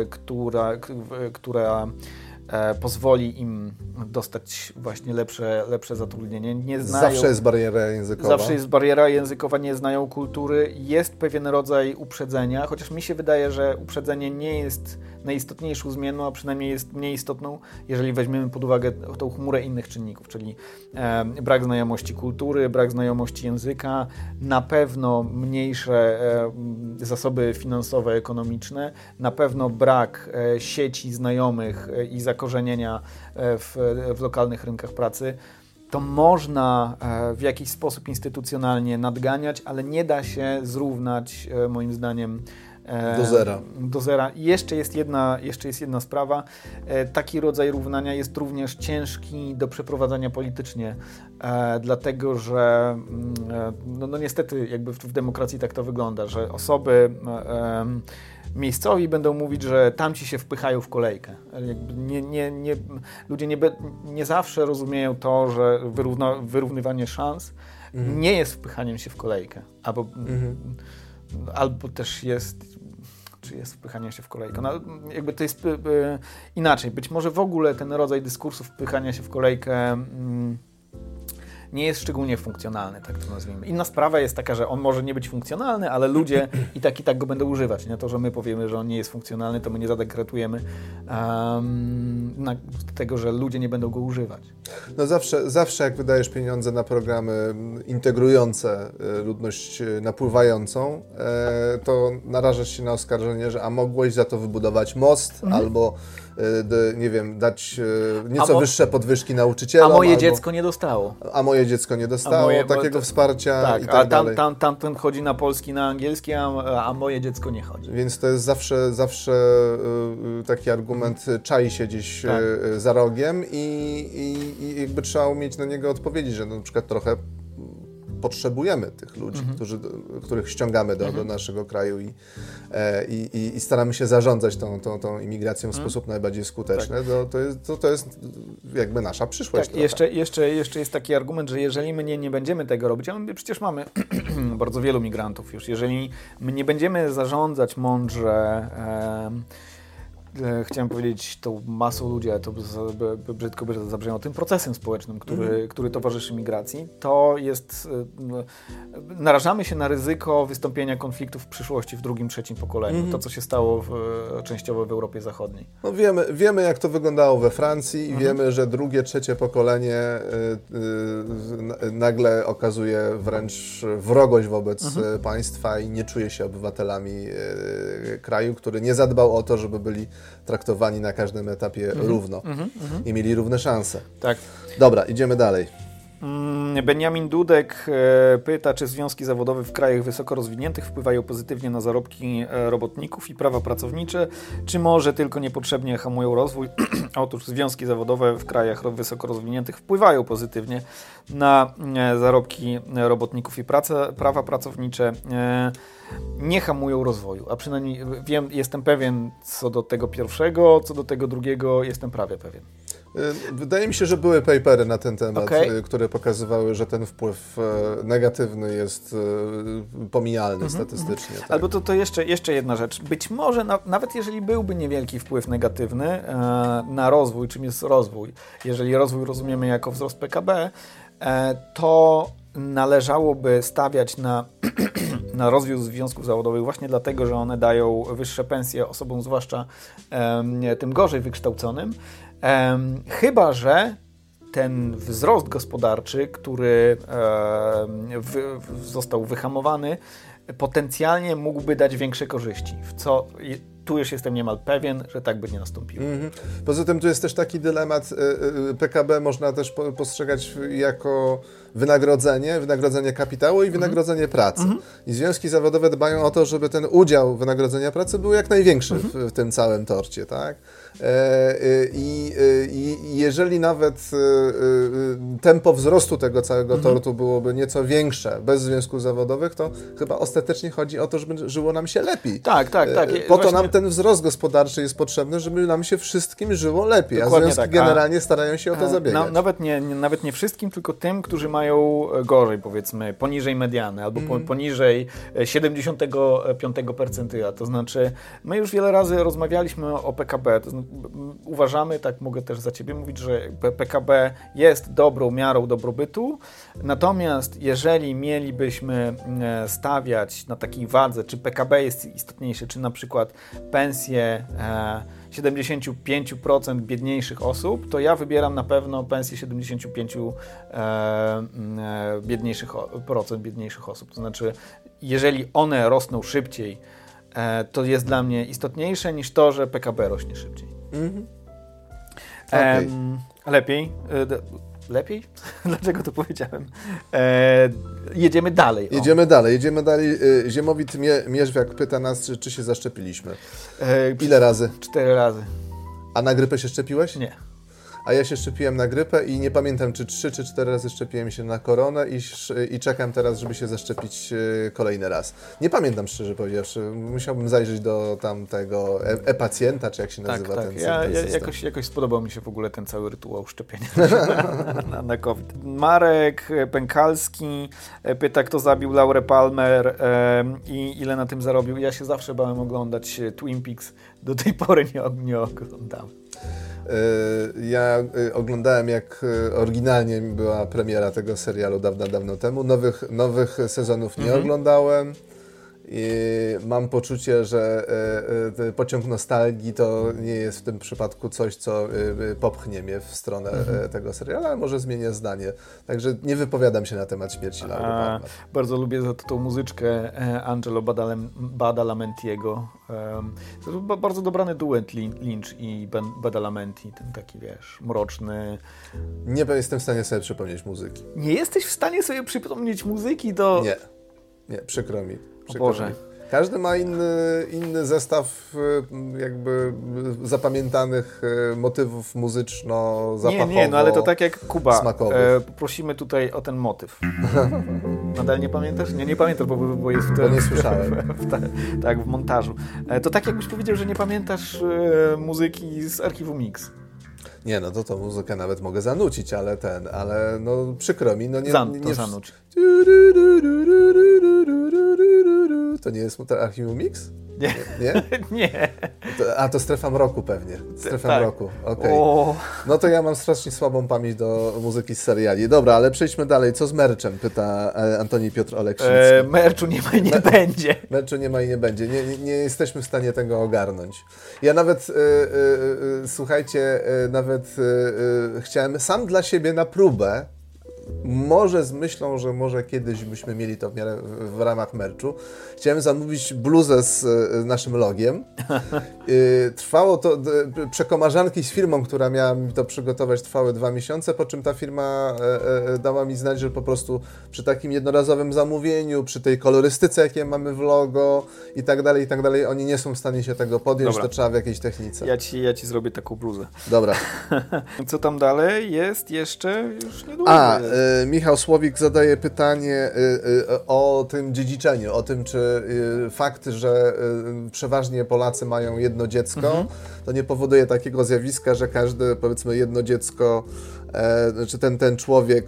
która pozwoli im dostać właśnie lepsze zatrudnienie. Zawsze jest bariera językowa. Nie znają kultury. Jest pewien rodzaj uprzedzenia, chociaż mi się wydaje, że uprzedzenie nie jest najistotniejszą zmianą, a przynajmniej jest mniej istotną, jeżeli weźmiemy pod uwagę tą chmurę innych czynników, czyli brak znajomości kultury, brak znajomości języka, na pewno mniejsze zasoby finansowe, ekonomiczne, na pewno brak sieci znajomych i zakorzenienia w lokalnych rynkach pracy. To można w jakiś sposób instytucjonalnie nadganiać, ale nie da się zrównać, moim zdaniem, do zera. I jeszcze jest jedna sprawa. Taki rodzaj równania jest również ciężki do przeprowadzania politycznie, dlatego że no niestety jakby w demokracji tak to wygląda, że osoby miejscowi będą mówić, że tamci się wpychają w kolejkę. Ludzie nie zawsze rozumieją to, że wyrównywanie szans nie jest wpychaniem się w kolejkę. Albo też jest wpychanie się w kolejkę. No, jakby to jest inaczej. Być może w ogóle ten rodzaj dyskursu wpychania się w kolejkę nie jest szczególnie funkcjonalny, tak to nazwijmy. Inna sprawa jest taka, że on może nie być funkcjonalny, ale ludzie i tak go będą używać. Nie? To, że my powiemy, że on nie jest funkcjonalny, to my nie zadekretujemy tego, że ludzie nie będą go używać. No zawsze jak wydajesz pieniądze na programy integrujące ludność napływającą, to narażasz się na oskarżenie, że mogłeś za to wybudować most, albo nie wiem, dać nieco wyższe podwyżki nauczycielom. A moje dziecko nie dostało. A moje dziecko nie dostało takiego wsparcia tak, i tak dalej. Tamten chodzi na polski, na angielski, a moje dziecko nie chodzi. Więc to jest zawsze taki argument, czai się gdzieś za rogiem i jakby trzeba umieć na niego odpowiedzieć, że na przykład trochę potrzebujemy tych ludzi, których ściągamy do naszego kraju i staramy się zarządzać tą imigracją w sposób najbardziej skuteczny. Tak. To jest jakby nasza przyszłość. Tak, jeszcze jest taki argument, że jeżeli my nie będziemy tego robić, a my przecież mamy bardzo wielu migrantów już, jeżeli my nie będziemy zarządzać mądrze chciałem powiedzieć tą masą ludzi, ale to brzydko by zabrzmiało, tym procesem społecznym, który towarzyszy migracji, to jest, narażamy się na ryzyko wystąpienia konfliktów w przyszłości w drugim, trzecim pokoleniu. To, co się stało częściowo w Europie Zachodniej. No wiemy, jak to wyglądało we Francji i wiemy, że drugie, trzecie pokolenie nagle okazuje wręcz wrogość wobec państwa i nie czuje się obywatelami kraju, który nie zadbał o to, żeby byli traktowani na każdym etapie równo i mieli równe szanse. Tak. Dobra, idziemy dalej. Benjamin Dudek pyta, czy związki zawodowe w krajach wysoko rozwiniętych wpływają pozytywnie na zarobki robotników i prawa pracownicze, czy może tylko niepotrzebnie hamują rozwój? Otóż związki zawodowe w krajach wysoko rozwiniętych wpływają pozytywnie na zarobki robotników i prawa pracownicze, nie hamują rozwoju, a przynajmniej jestem pewien co do tego pierwszego, co do tego drugiego jestem prawie pewien. Wydaje mi się, że były papery na ten temat, które pokazywały, że ten wpływ negatywny jest pomijalny statystycznie. Tak. Albo to jeszcze jedna rzecz. Być może nawet jeżeli byłby niewielki wpływ negatywny na rozwój, czym jest rozwój, jeżeli rozwój rozumiemy jako wzrost PKB, to należałoby stawiać na rozwój związków zawodowych właśnie dlatego, że one dają wyższe pensje osobom zwłaszcza tym gorzej wykształconym. Chyba że ten wzrost gospodarczy, który został wyhamowany, potencjalnie mógłby dać większe korzyści, w co tu już jestem niemal pewien, że tak by nie nastąpiło. Poza tym tu jest też taki dylemat, PKB można też postrzegać jako wynagrodzenie kapitału i wynagrodzenie pracy. I związki zawodowe dbają o to, żeby ten udział wynagrodzenia pracy był jak największy w tym całym torcie, tak? I jeżeli nawet tempo wzrostu tego całego tortu byłoby nieco większe bez związków zawodowych, to chyba ostatecznie chodzi o to, żeby żyło nam się lepiej. Tak. Po to nam ten wzrost gospodarczy jest potrzebny, żeby nam się wszystkim żyło lepiej, dokładnie, a związki generalnie starają się o to zabiegać. Nawet nie wszystkim, tylko tym, którzy mają gorzej, powiedzmy, poniżej mediany albo poniżej 75 percentyla. To znaczy, my już wiele razy rozmawialiśmy o PKB. Uważamy, tak mogę też za Ciebie mówić, że PKB jest dobrą miarą dobrobytu, natomiast jeżeli mielibyśmy stawiać na takiej wadze, czy PKB jest istotniejsze, czy na przykład pensje 75% biedniejszych osób, to ja wybieram na pewno pensję 75% biedniejszych osób. To znaczy, jeżeli one rosną szybciej, to jest dla mnie istotniejsze niż to, że PKB rośnie szybciej. Okay. Lepiej? Dlaczego to powiedziałem? Jedziemy dalej. Jedziemy dalej. Ziemowit Mierzwiak pyta nas, czy się zaszczepiliśmy. Ile razy? 4 razy. A na grypę się szczepiłeś? Nie. A ja się szczepiłem na grypę i nie pamiętam, czy 3 czy 4 razy szczepiłem się na koronę i czekam teraz, żeby się zaszczepić kolejny raz. Nie pamiętam, szczerze powiedziawszy. Musiałbym zajrzeć do tamtego e-pacjenta, czy jak się nazywa ten system. Jakoś spodobał mi się w ogóle ten cały rytuał szczepienia na COVID. Marek Pękalski pyta, kto zabił Laurę Palmer i ile na tym zarobił. Ja się zawsze bałem oglądać Twin Peaks. Do tej pory nie oglądałem. Ja oglądałem, jak oryginalnie była premiera tego serialu dawno temu. Nowych sezonów nie oglądałem. I mam poczucie, że pociąg nostalgii to nie jest w tym przypadku coś, co popchnie mnie w stronę tego serialu, ale może zmienię zdanie. Także nie wypowiadam się na temat śmierci Laury Palmer. Bardzo lubię za tą muzyczkę Angelo Badalamentiego. To był bardzo dobrany duet Lynch i Badalamenti, ten taki, wiesz, mroczny. Nie jestem w stanie sobie przypomnieć muzyki. Nie jesteś w stanie sobie przypomnieć muzyki do... Nie, przykro mi. O Boże. Każdy ma inny zestaw jakby zapamiętanych motywów muzyczno-zapachowo. Nie, no ale to tak jak Kuba. Prosimy tutaj o ten motyw. Nadal nie pamiętasz? Nie pamiętasz, bo jest bo nie słyszałem. Tak, w montażu. To tak jakbyś powiedział, że nie pamiętasz muzyki z archiwum Mix. Nie, no to muzykę nawet mogę zanucić, ale no przykro mi. No nie zanuć. To nie jest archiwum Mix? Nie. Nie? To Strefa Mroku pewnie. Strefa tak. Mroku, okej. No to ja mam strasznie słabą pamięć do muzyki z seriali. Dobra, ale przejdźmy dalej. Co z merczem? Pyta Antoni Piotr Olekszycki. Merczu nie ma i nie będzie. Merczu nie ma i nie będzie. Nie jesteśmy w stanie tego ogarnąć. Ja nawet, słuchajcie, chciałem sam dla siebie na próbę, może z myślą, że może kiedyś byśmy mieli to w ramach merczu. Chciałem zamówić bluzę z naszym logiem. Trwało to, przekomarzanki z firmą, która miała mi to przygotować, trwały 2 miesiące, po czym ta firma dała mi znać, że po prostu przy takim jednorazowym zamówieniu, przy tej kolorystyce, jakie mamy w logo i tak dalej, oni nie są w stanie się tego podjąć, to trzeba w jakiejś technice. Ja ci zrobię taką bluzę. Dobra. Co tam dalej? Jest jeszcze już niedługo. Michał Słowik zadaje pytanie o tym dziedziczeniu, o tym, czy fakt, że przeważnie Polacy mają jedno dziecko, to nie powoduje takiego zjawiska, że każde, powiedzmy, jedno dziecko, czy ten człowiek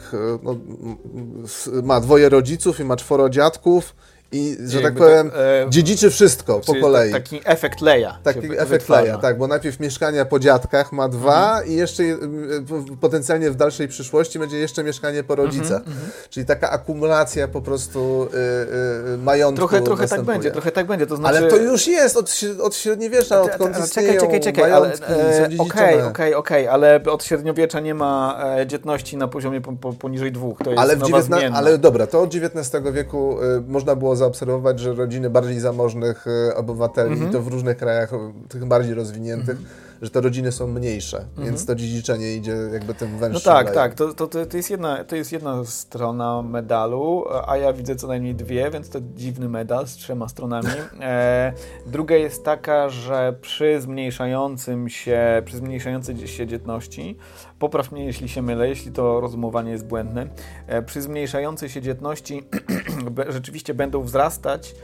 ma 2 rodziców i ma 4 dziadków, i, że tak powiem, dziedziczy wszystko po kolei. Taki efekt Leja. Taki efekt Leja, tak, bo najpierw mieszkania po dziadkach ma 2 i jeszcze potencjalnie w dalszej przyszłości będzie jeszcze mieszkanie po rodzicach. Czyli taka akumulacja po prostu majątku Trochę tak będzie, to znaczy... Ale to już jest od średniowiecza, odkąd istnieją majątki, Okej, ale od średniowiecza nie ma dzietności na poziomie poniżej 2, to jest nowa zmienna. Ale dobra, to od XIX wieku można było zaobserwować, że rodziny bardziej zamożnych obywateli, to w różnych krajach, tych bardziej rozwiniętych, że te rodziny są mniejsze, więc to dziedziczenie idzie jakby tym węższym. No tak, to jest jedna strona medalu, a ja widzę co najmniej 2, więc to dziwny medal z 3 stronami. Druga jest taka, że przy zmniejszającej się dzietności, popraw mnie jeśli się mylę, jeśli to rozumowanie jest błędne, przy zmniejszającej się dzietności rzeczywiście będą wzrastać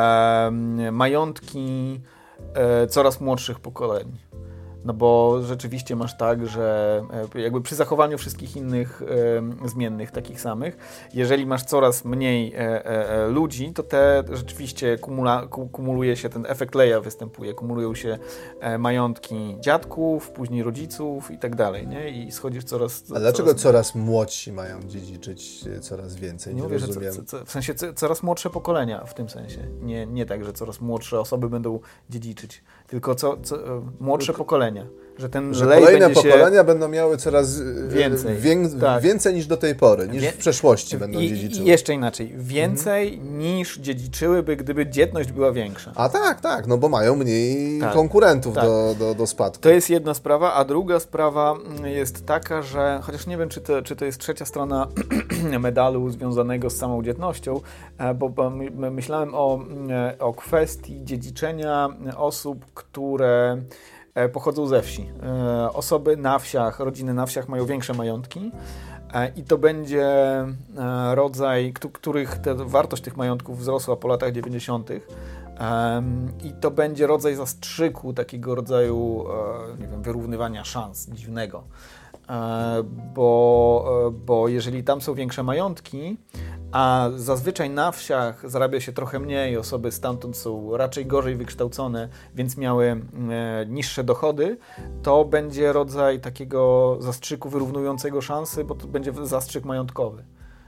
majątki coraz młodszych pokoleń. No bo rzeczywiście masz tak, że jakby przy zachowaniu wszystkich innych zmiennych, takich samych, jeżeli masz coraz mniej ludzi, to te rzeczywiście kumuluje się, ten efekt Leja występuje, kumulują się majątki dziadków, później rodziców i tak dalej, nie? I schodzisz coraz... A dlaczego coraz młodsi mają dziedziczyć coraz więcej? Nie mówię, rozumiem. Że w sensie coraz młodsze pokolenia w tym sensie. Nie tak, że coraz młodsze osoby będą dziedziczyć, tylko młodsze pokolenia. Że kolejne pokolenia będą miały coraz więcej niż do tej pory, niż w przeszłości będą dziedziczyły. I jeszcze inaczej, więcej niż dziedziczyłyby, gdyby dzietność była większa. A tak, no bo mają mniej konkurentów do spadku. To jest jedna sprawa, a druga sprawa jest taka, że chociaż nie wiem, czy to jest trzecia strona medalu związanego z samą dzietnością, bo myślałem o kwestii dziedziczenia osób, które pochodzą ze wsi. Osoby na wsiach, rodziny na wsiach mają większe majątki i to będzie rodzaj, których wartość tych majątków wzrosła po latach 90. I to będzie rodzaj zastrzyku, takiego rodzaju wyrównywania szans dziwnego. Bo jeżeli tam są większe majątki, a zazwyczaj na wsiach zarabia się trochę mniej, osoby stamtąd są raczej gorzej wykształcone, więc miały niższe dochody, to będzie rodzaj takiego zastrzyku wyrównującego szanse, bo to będzie zastrzyk majątkowy,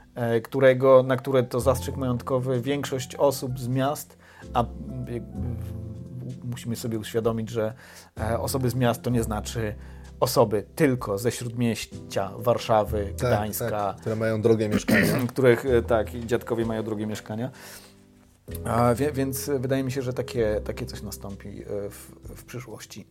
na które to zastrzyk majątkowy większość osób z miast, a musimy sobie uświadomić, że osoby z miast to nie znaczy osoby tylko ze Śródmieścia, Warszawy, Gdańska. które mają drogie mieszkania. Których, dziadkowie mają drogie mieszkania. Więc wydaje mi się, że takie coś nastąpi w przyszłości.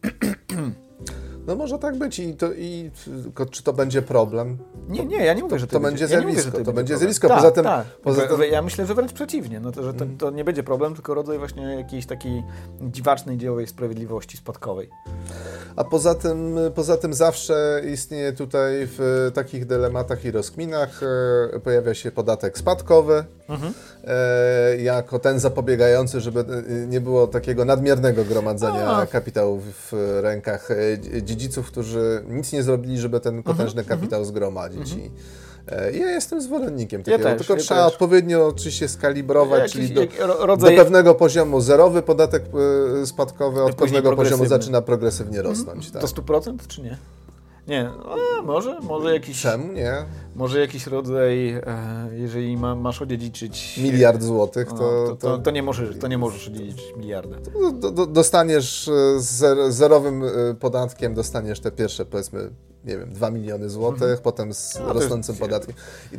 No może tak być czy to będzie problem? Nie, ja nie mówię, że to będzie zjawisko. To będzie zjawisko. Tak, poza tym... Ja myślę, że wręcz przeciwnie. Że to nie będzie problem, tylko rodzaj właśnie jakiejś takiej dziwacznej dziełowej sprawiedliwości spadkowej. A poza tym zawsze istnieje tutaj w takich dylematach i rozkminach pojawia się podatek spadkowy jako ten zapobiegający, żeby nie było takiego nadmiernego gromadzenia kapitału w rękach dziedziców, którzy nic nie zrobili, żeby ten potężny kapitał zgromadzić. Ja jestem zwolennikiem takiego, tylko trzeba odpowiednio oczywiście skalibrować, czyli do pewnego poziomu zerowy podatek spadkowy, od pewnego poziomu zaczyna progresywnie rosnąć. Tak. Do 100% czy nie? Nie, może jakiś... Czemu nie? Może jakiś rodzaj, jeżeli masz odziedziczyć... miliard złotych, to nie możesz odziedziczyć miliarda. Dostaniesz z zerowym podatkiem, dostaniesz te pierwsze, powiedzmy, 2 miliony złotych, potem z rosnącym podatkiem.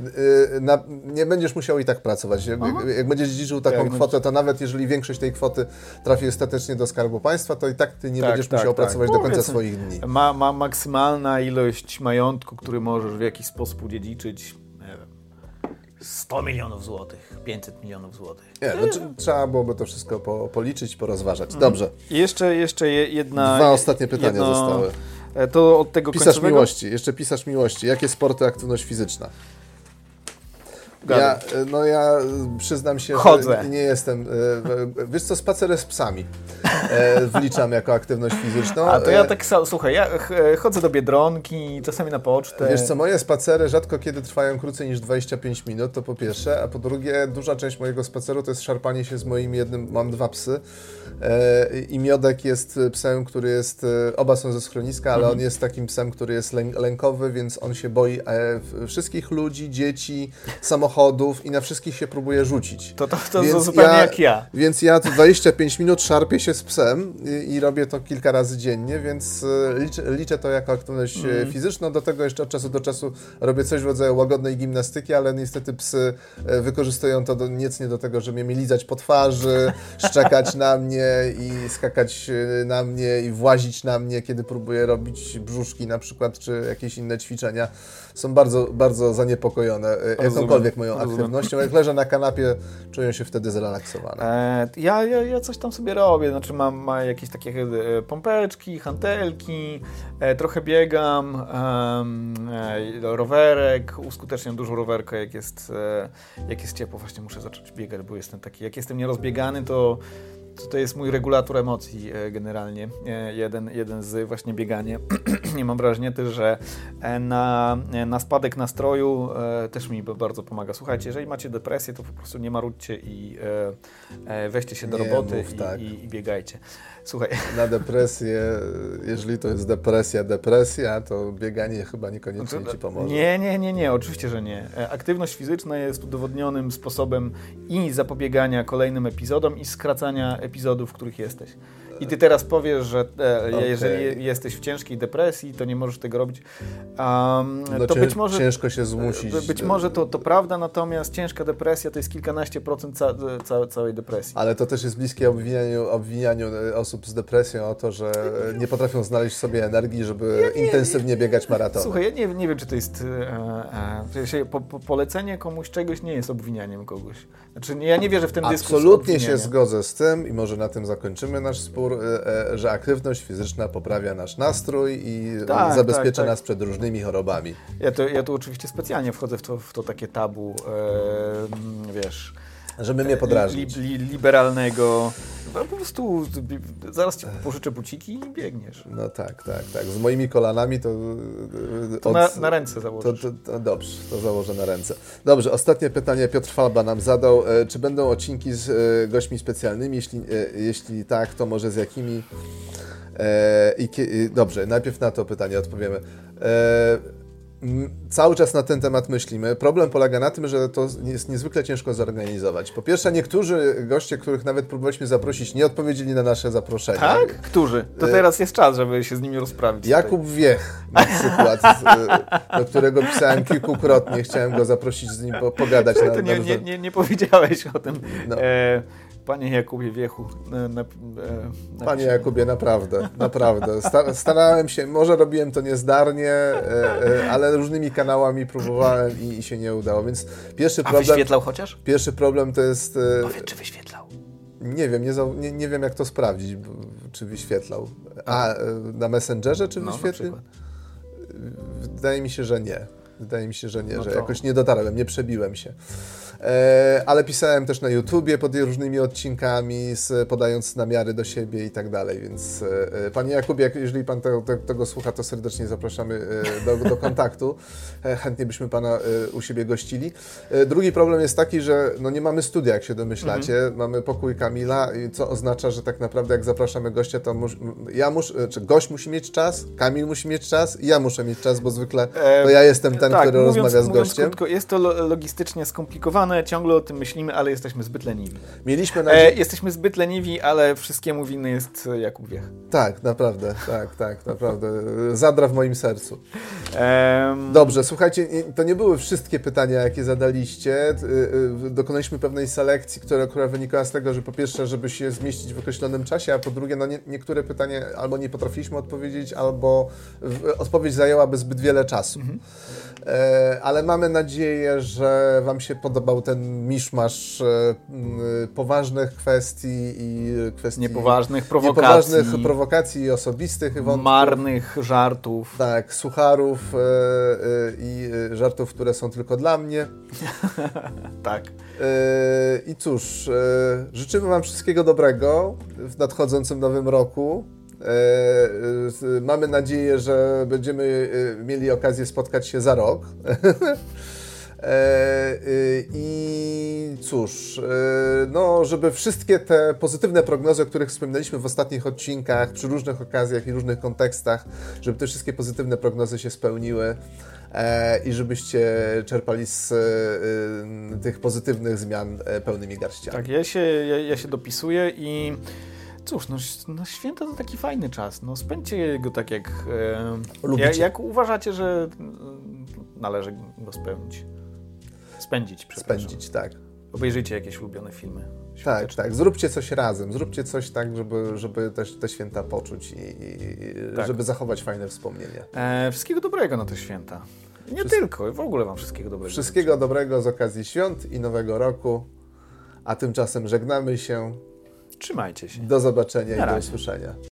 Nie będziesz musiał i tak pracować. Jak będziesz dziedziczył taką kwotę, to nawet jeżeli większość tej kwoty trafi ostatecznie do Skarbu Państwa, to i tak ty nie będziesz musiał pracować do końca swoich dni. Maksymalna ilość majątku, który możesz w jakiś sposób udziedziczyć, nie wiem, 100 milionów złotych, 500 milionów złotych. Trzeba byłoby to wszystko policzyć, porozważać. Dobrze. I jeszcze jedna... 2 ostatnie pytania zostały. To od tego pisarz miłości. Jeszcze pisarz miłości. Jakie sporty, aktywność fizyczna? Ja przyznam się, Chodzę. Że nie jestem... Wiesz co, spacery z psami wliczam jako aktywność fizyczną. A to ja tak, słuchaj, ja chodzę do Biedronki, czasami na pocztę. Wiesz co, moje spacery rzadko kiedy trwają krócej niż 25 minut, to po pierwsze, a po drugie duża część mojego spaceru to jest szarpanie się z moim mam 2 psy i Miodek jest psem, który jest, oba są ze schroniska, ale on jest takim psem, który jest lękowy, więc on się boi wszystkich ludzi, dzieci, samochodów i na wszystkich się próbuje rzucić. To zupełnie jak ja. Więc ja 25 minut szarpię się z psem i robię to kilka razy dziennie, więc liczę to jako aktywność fizyczną. Do tego jeszcze od czasu do czasu robię coś w rodzaju łagodnej gimnastyki, ale niestety psy wykorzystują to niecnie do tego, żeby mnie lizać po twarzy, szczekać na mnie i skakać na mnie i włazić na mnie, kiedy próbuję robić brzuszki na przykład, czy jakieś inne ćwiczenia. Są bardzo, bardzo zaniepokojone jakąkolwiek moją aktywnością. Jak leżę na kanapie, czuję się wtedy zrelaksowane. Ja coś tam sobie robię, znaczy mam jakieś takie pompeczki, hantelki, trochę biegam, rowerek, uskuteczniam dużo rowerka, jak jest ciepło. Właśnie muszę zacząć biegać, bo jestem taki, jak jestem nierozbiegany, to jest mój regulator emocji generalnie, jeden z właśnie bieganie. Nie mam wrażenia też, że na spadek nastroju też mi bardzo pomaga. Słuchajcie, jeżeli macie depresję, to po prostu nie marudźcie i weźcie się do roboty i biegajcie. Słuchaj. Na depresję, jeżeli to jest depresja, to bieganie chyba niekoniecznie ci pomoże. Nie, oczywiście, że nie. Aktywność fizyczna jest udowodnionym sposobem i zapobiegania kolejnym epizodom i skracania epizodów, w których jesteś. I ty teraz powiesz, że jeżeli jesteś w ciężkiej depresji, to nie możesz tego robić. To być może ciężko się zmusić. Być może to prawda, natomiast ciężka depresja to jest kilkanaście procent całej depresji. Ale to też jest bliskie obwinianiu osób z depresją o to, że nie potrafią znaleźć sobie energii, żeby intensywnie biegać maratony. Słuchaj, ja nie wiem, czy to jest polecenie komuś czegoś nie jest obwinianiem kogoś. Znaczy, ja nie wierzę w ten dyskurs. Absolutnie się zgodzę z tym i może na tym zakończymy nasz spór, że aktywność fizyczna poprawia nasz nastrój i zabezpiecza nas przed różnymi chorobami. Ja tu oczywiście specjalnie wchodzę w to takie tabu, wiesz... Żeby mnie podrażnić. Liberalnego. Po prostu zaraz ci pożyczę buciki i biegniesz. No tak. Z moimi kolanami to... Na ręce założysz. To dobrze, to założę na ręce. Dobrze, ostatnie pytanie Piotr Falba nam zadał. Czy będą odcinki z gośćmi specjalnymi? Jeśli tak, to może z jakimi? Dobrze, najpierw na to pytanie odpowiemy. Cały czas na ten temat myślimy. Problem polega na tym, że to jest niezwykle ciężko zorganizować. Po pierwsze, niektórzy goście, których nawet próbowaliśmy zaprosić, nie odpowiedzieli na nasze zaproszenia. Tak? Którzy? To teraz jest czas, żeby się z nimi rozprawić. Jakub Wiech na przykład, do którego pisałem kilkukrotnie. Chciałem go zaprosić z nim pogadać. Nie powiedziałeś o tym. No. Panie Jakubie Wiechu. Panie Jakubie, naprawdę. Starałem się, może robiłem to niezdarnie, ale różnymi kanałami próbowałem i się nie udało, więc pierwszy problem... A wyświetlał chociaż? Pierwszy problem to jest... Powiedz, czy wyświetlał? Nie wiem, nie wiem jak to sprawdzić, czy wyświetlał. Na Messengerze czy wyświetlił? Wydaje mi się, że nie. Że jakoś nie dotarłem, nie przebiłem się. Ale pisałem też na YouTubie pod różnymi odcinkami, podając namiary do siebie i tak dalej, więc panie Jakubie, jeżeli pan tego słucha, to serdecznie zapraszamy do kontaktu. Chętnie byśmy pana u siebie gościli. Drugi problem jest taki, że nie mamy studia, jak się domyślacie. Mamy pokój Kamila, co oznacza, że tak naprawdę jak zapraszamy gościa, to gość musi mieć czas, Kamil musi mieć czas i ja muszę mieć czas, bo zwykle to ja jestem ten, który rozmawia z gościem. Krótko, jest to logistycznie skomplikowane, ciągle o tym myślimy, ale jesteśmy zbyt leniwi. Mieliśmy nadzieję... Jesteśmy zbyt leniwi, ale wszystkiemu winny jest Jakub Wiech. Tak, naprawdę. Zadra w moim sercu. Dobrze, słuchajcie, to nie były wszystkie pytania, jakie zadaliście. Dokonaliśmy pewnej selekcji, która wynikała z tego, że po pierwsze, żeby się zmieścić w określonym czasie, a po drugie, niektóre pytania albo nie potrafiliśmy odpowiedzieć, albo odpowiedź zajęłaby zbyt wiele czasu. Ale mamy nadzieję, że wam się podobał ten miszmasz poważnych kwestii i kwestii... Niepoważnych prowokacji i osobistych wątków. Marnych żartów. Tak, sucharów i żartów, które są tylko dla mnie. Tak. I cóż, życzymy wam wszystkiego dobrego w nadchodzącym nowym roku. Mamy nadzieję, że będziemy mieli okazję spotkać się za rok. I cóż, żeby wszystkie te pozytywne prognozy, o których wspominaliśmy w ostatnich odcinkach, przy różnych okazjach i różnych kontekstach, żeby te wszystkie pozytywne prognozy się spełniły i żebyście czerpali z tych pozytywnych zmian pełnymi garściami. Tak, ja się dopisuję i cóż, święta to taki fajny czas. Spędźcie go tak, jak lubicie. Jak uważacie, że należy go spędzić, tak. Obejrzyjcie jakieś ulubione filmy. Tak. Zróbcie coś razem. Zróbcie coś tak, żeby też te święta poczuć i tak, żeby zachować fajne wspomnienia. Wszystkiego dobrego na te święta. Nie tylko, w ogóle wam wszystkiego dobrego. Wszystkiego dobrego z okazji świąt i Nowego Roku. A tymczasem żegnamy się. Trzymajcie się. Do zobaczenia i do usłyszenia.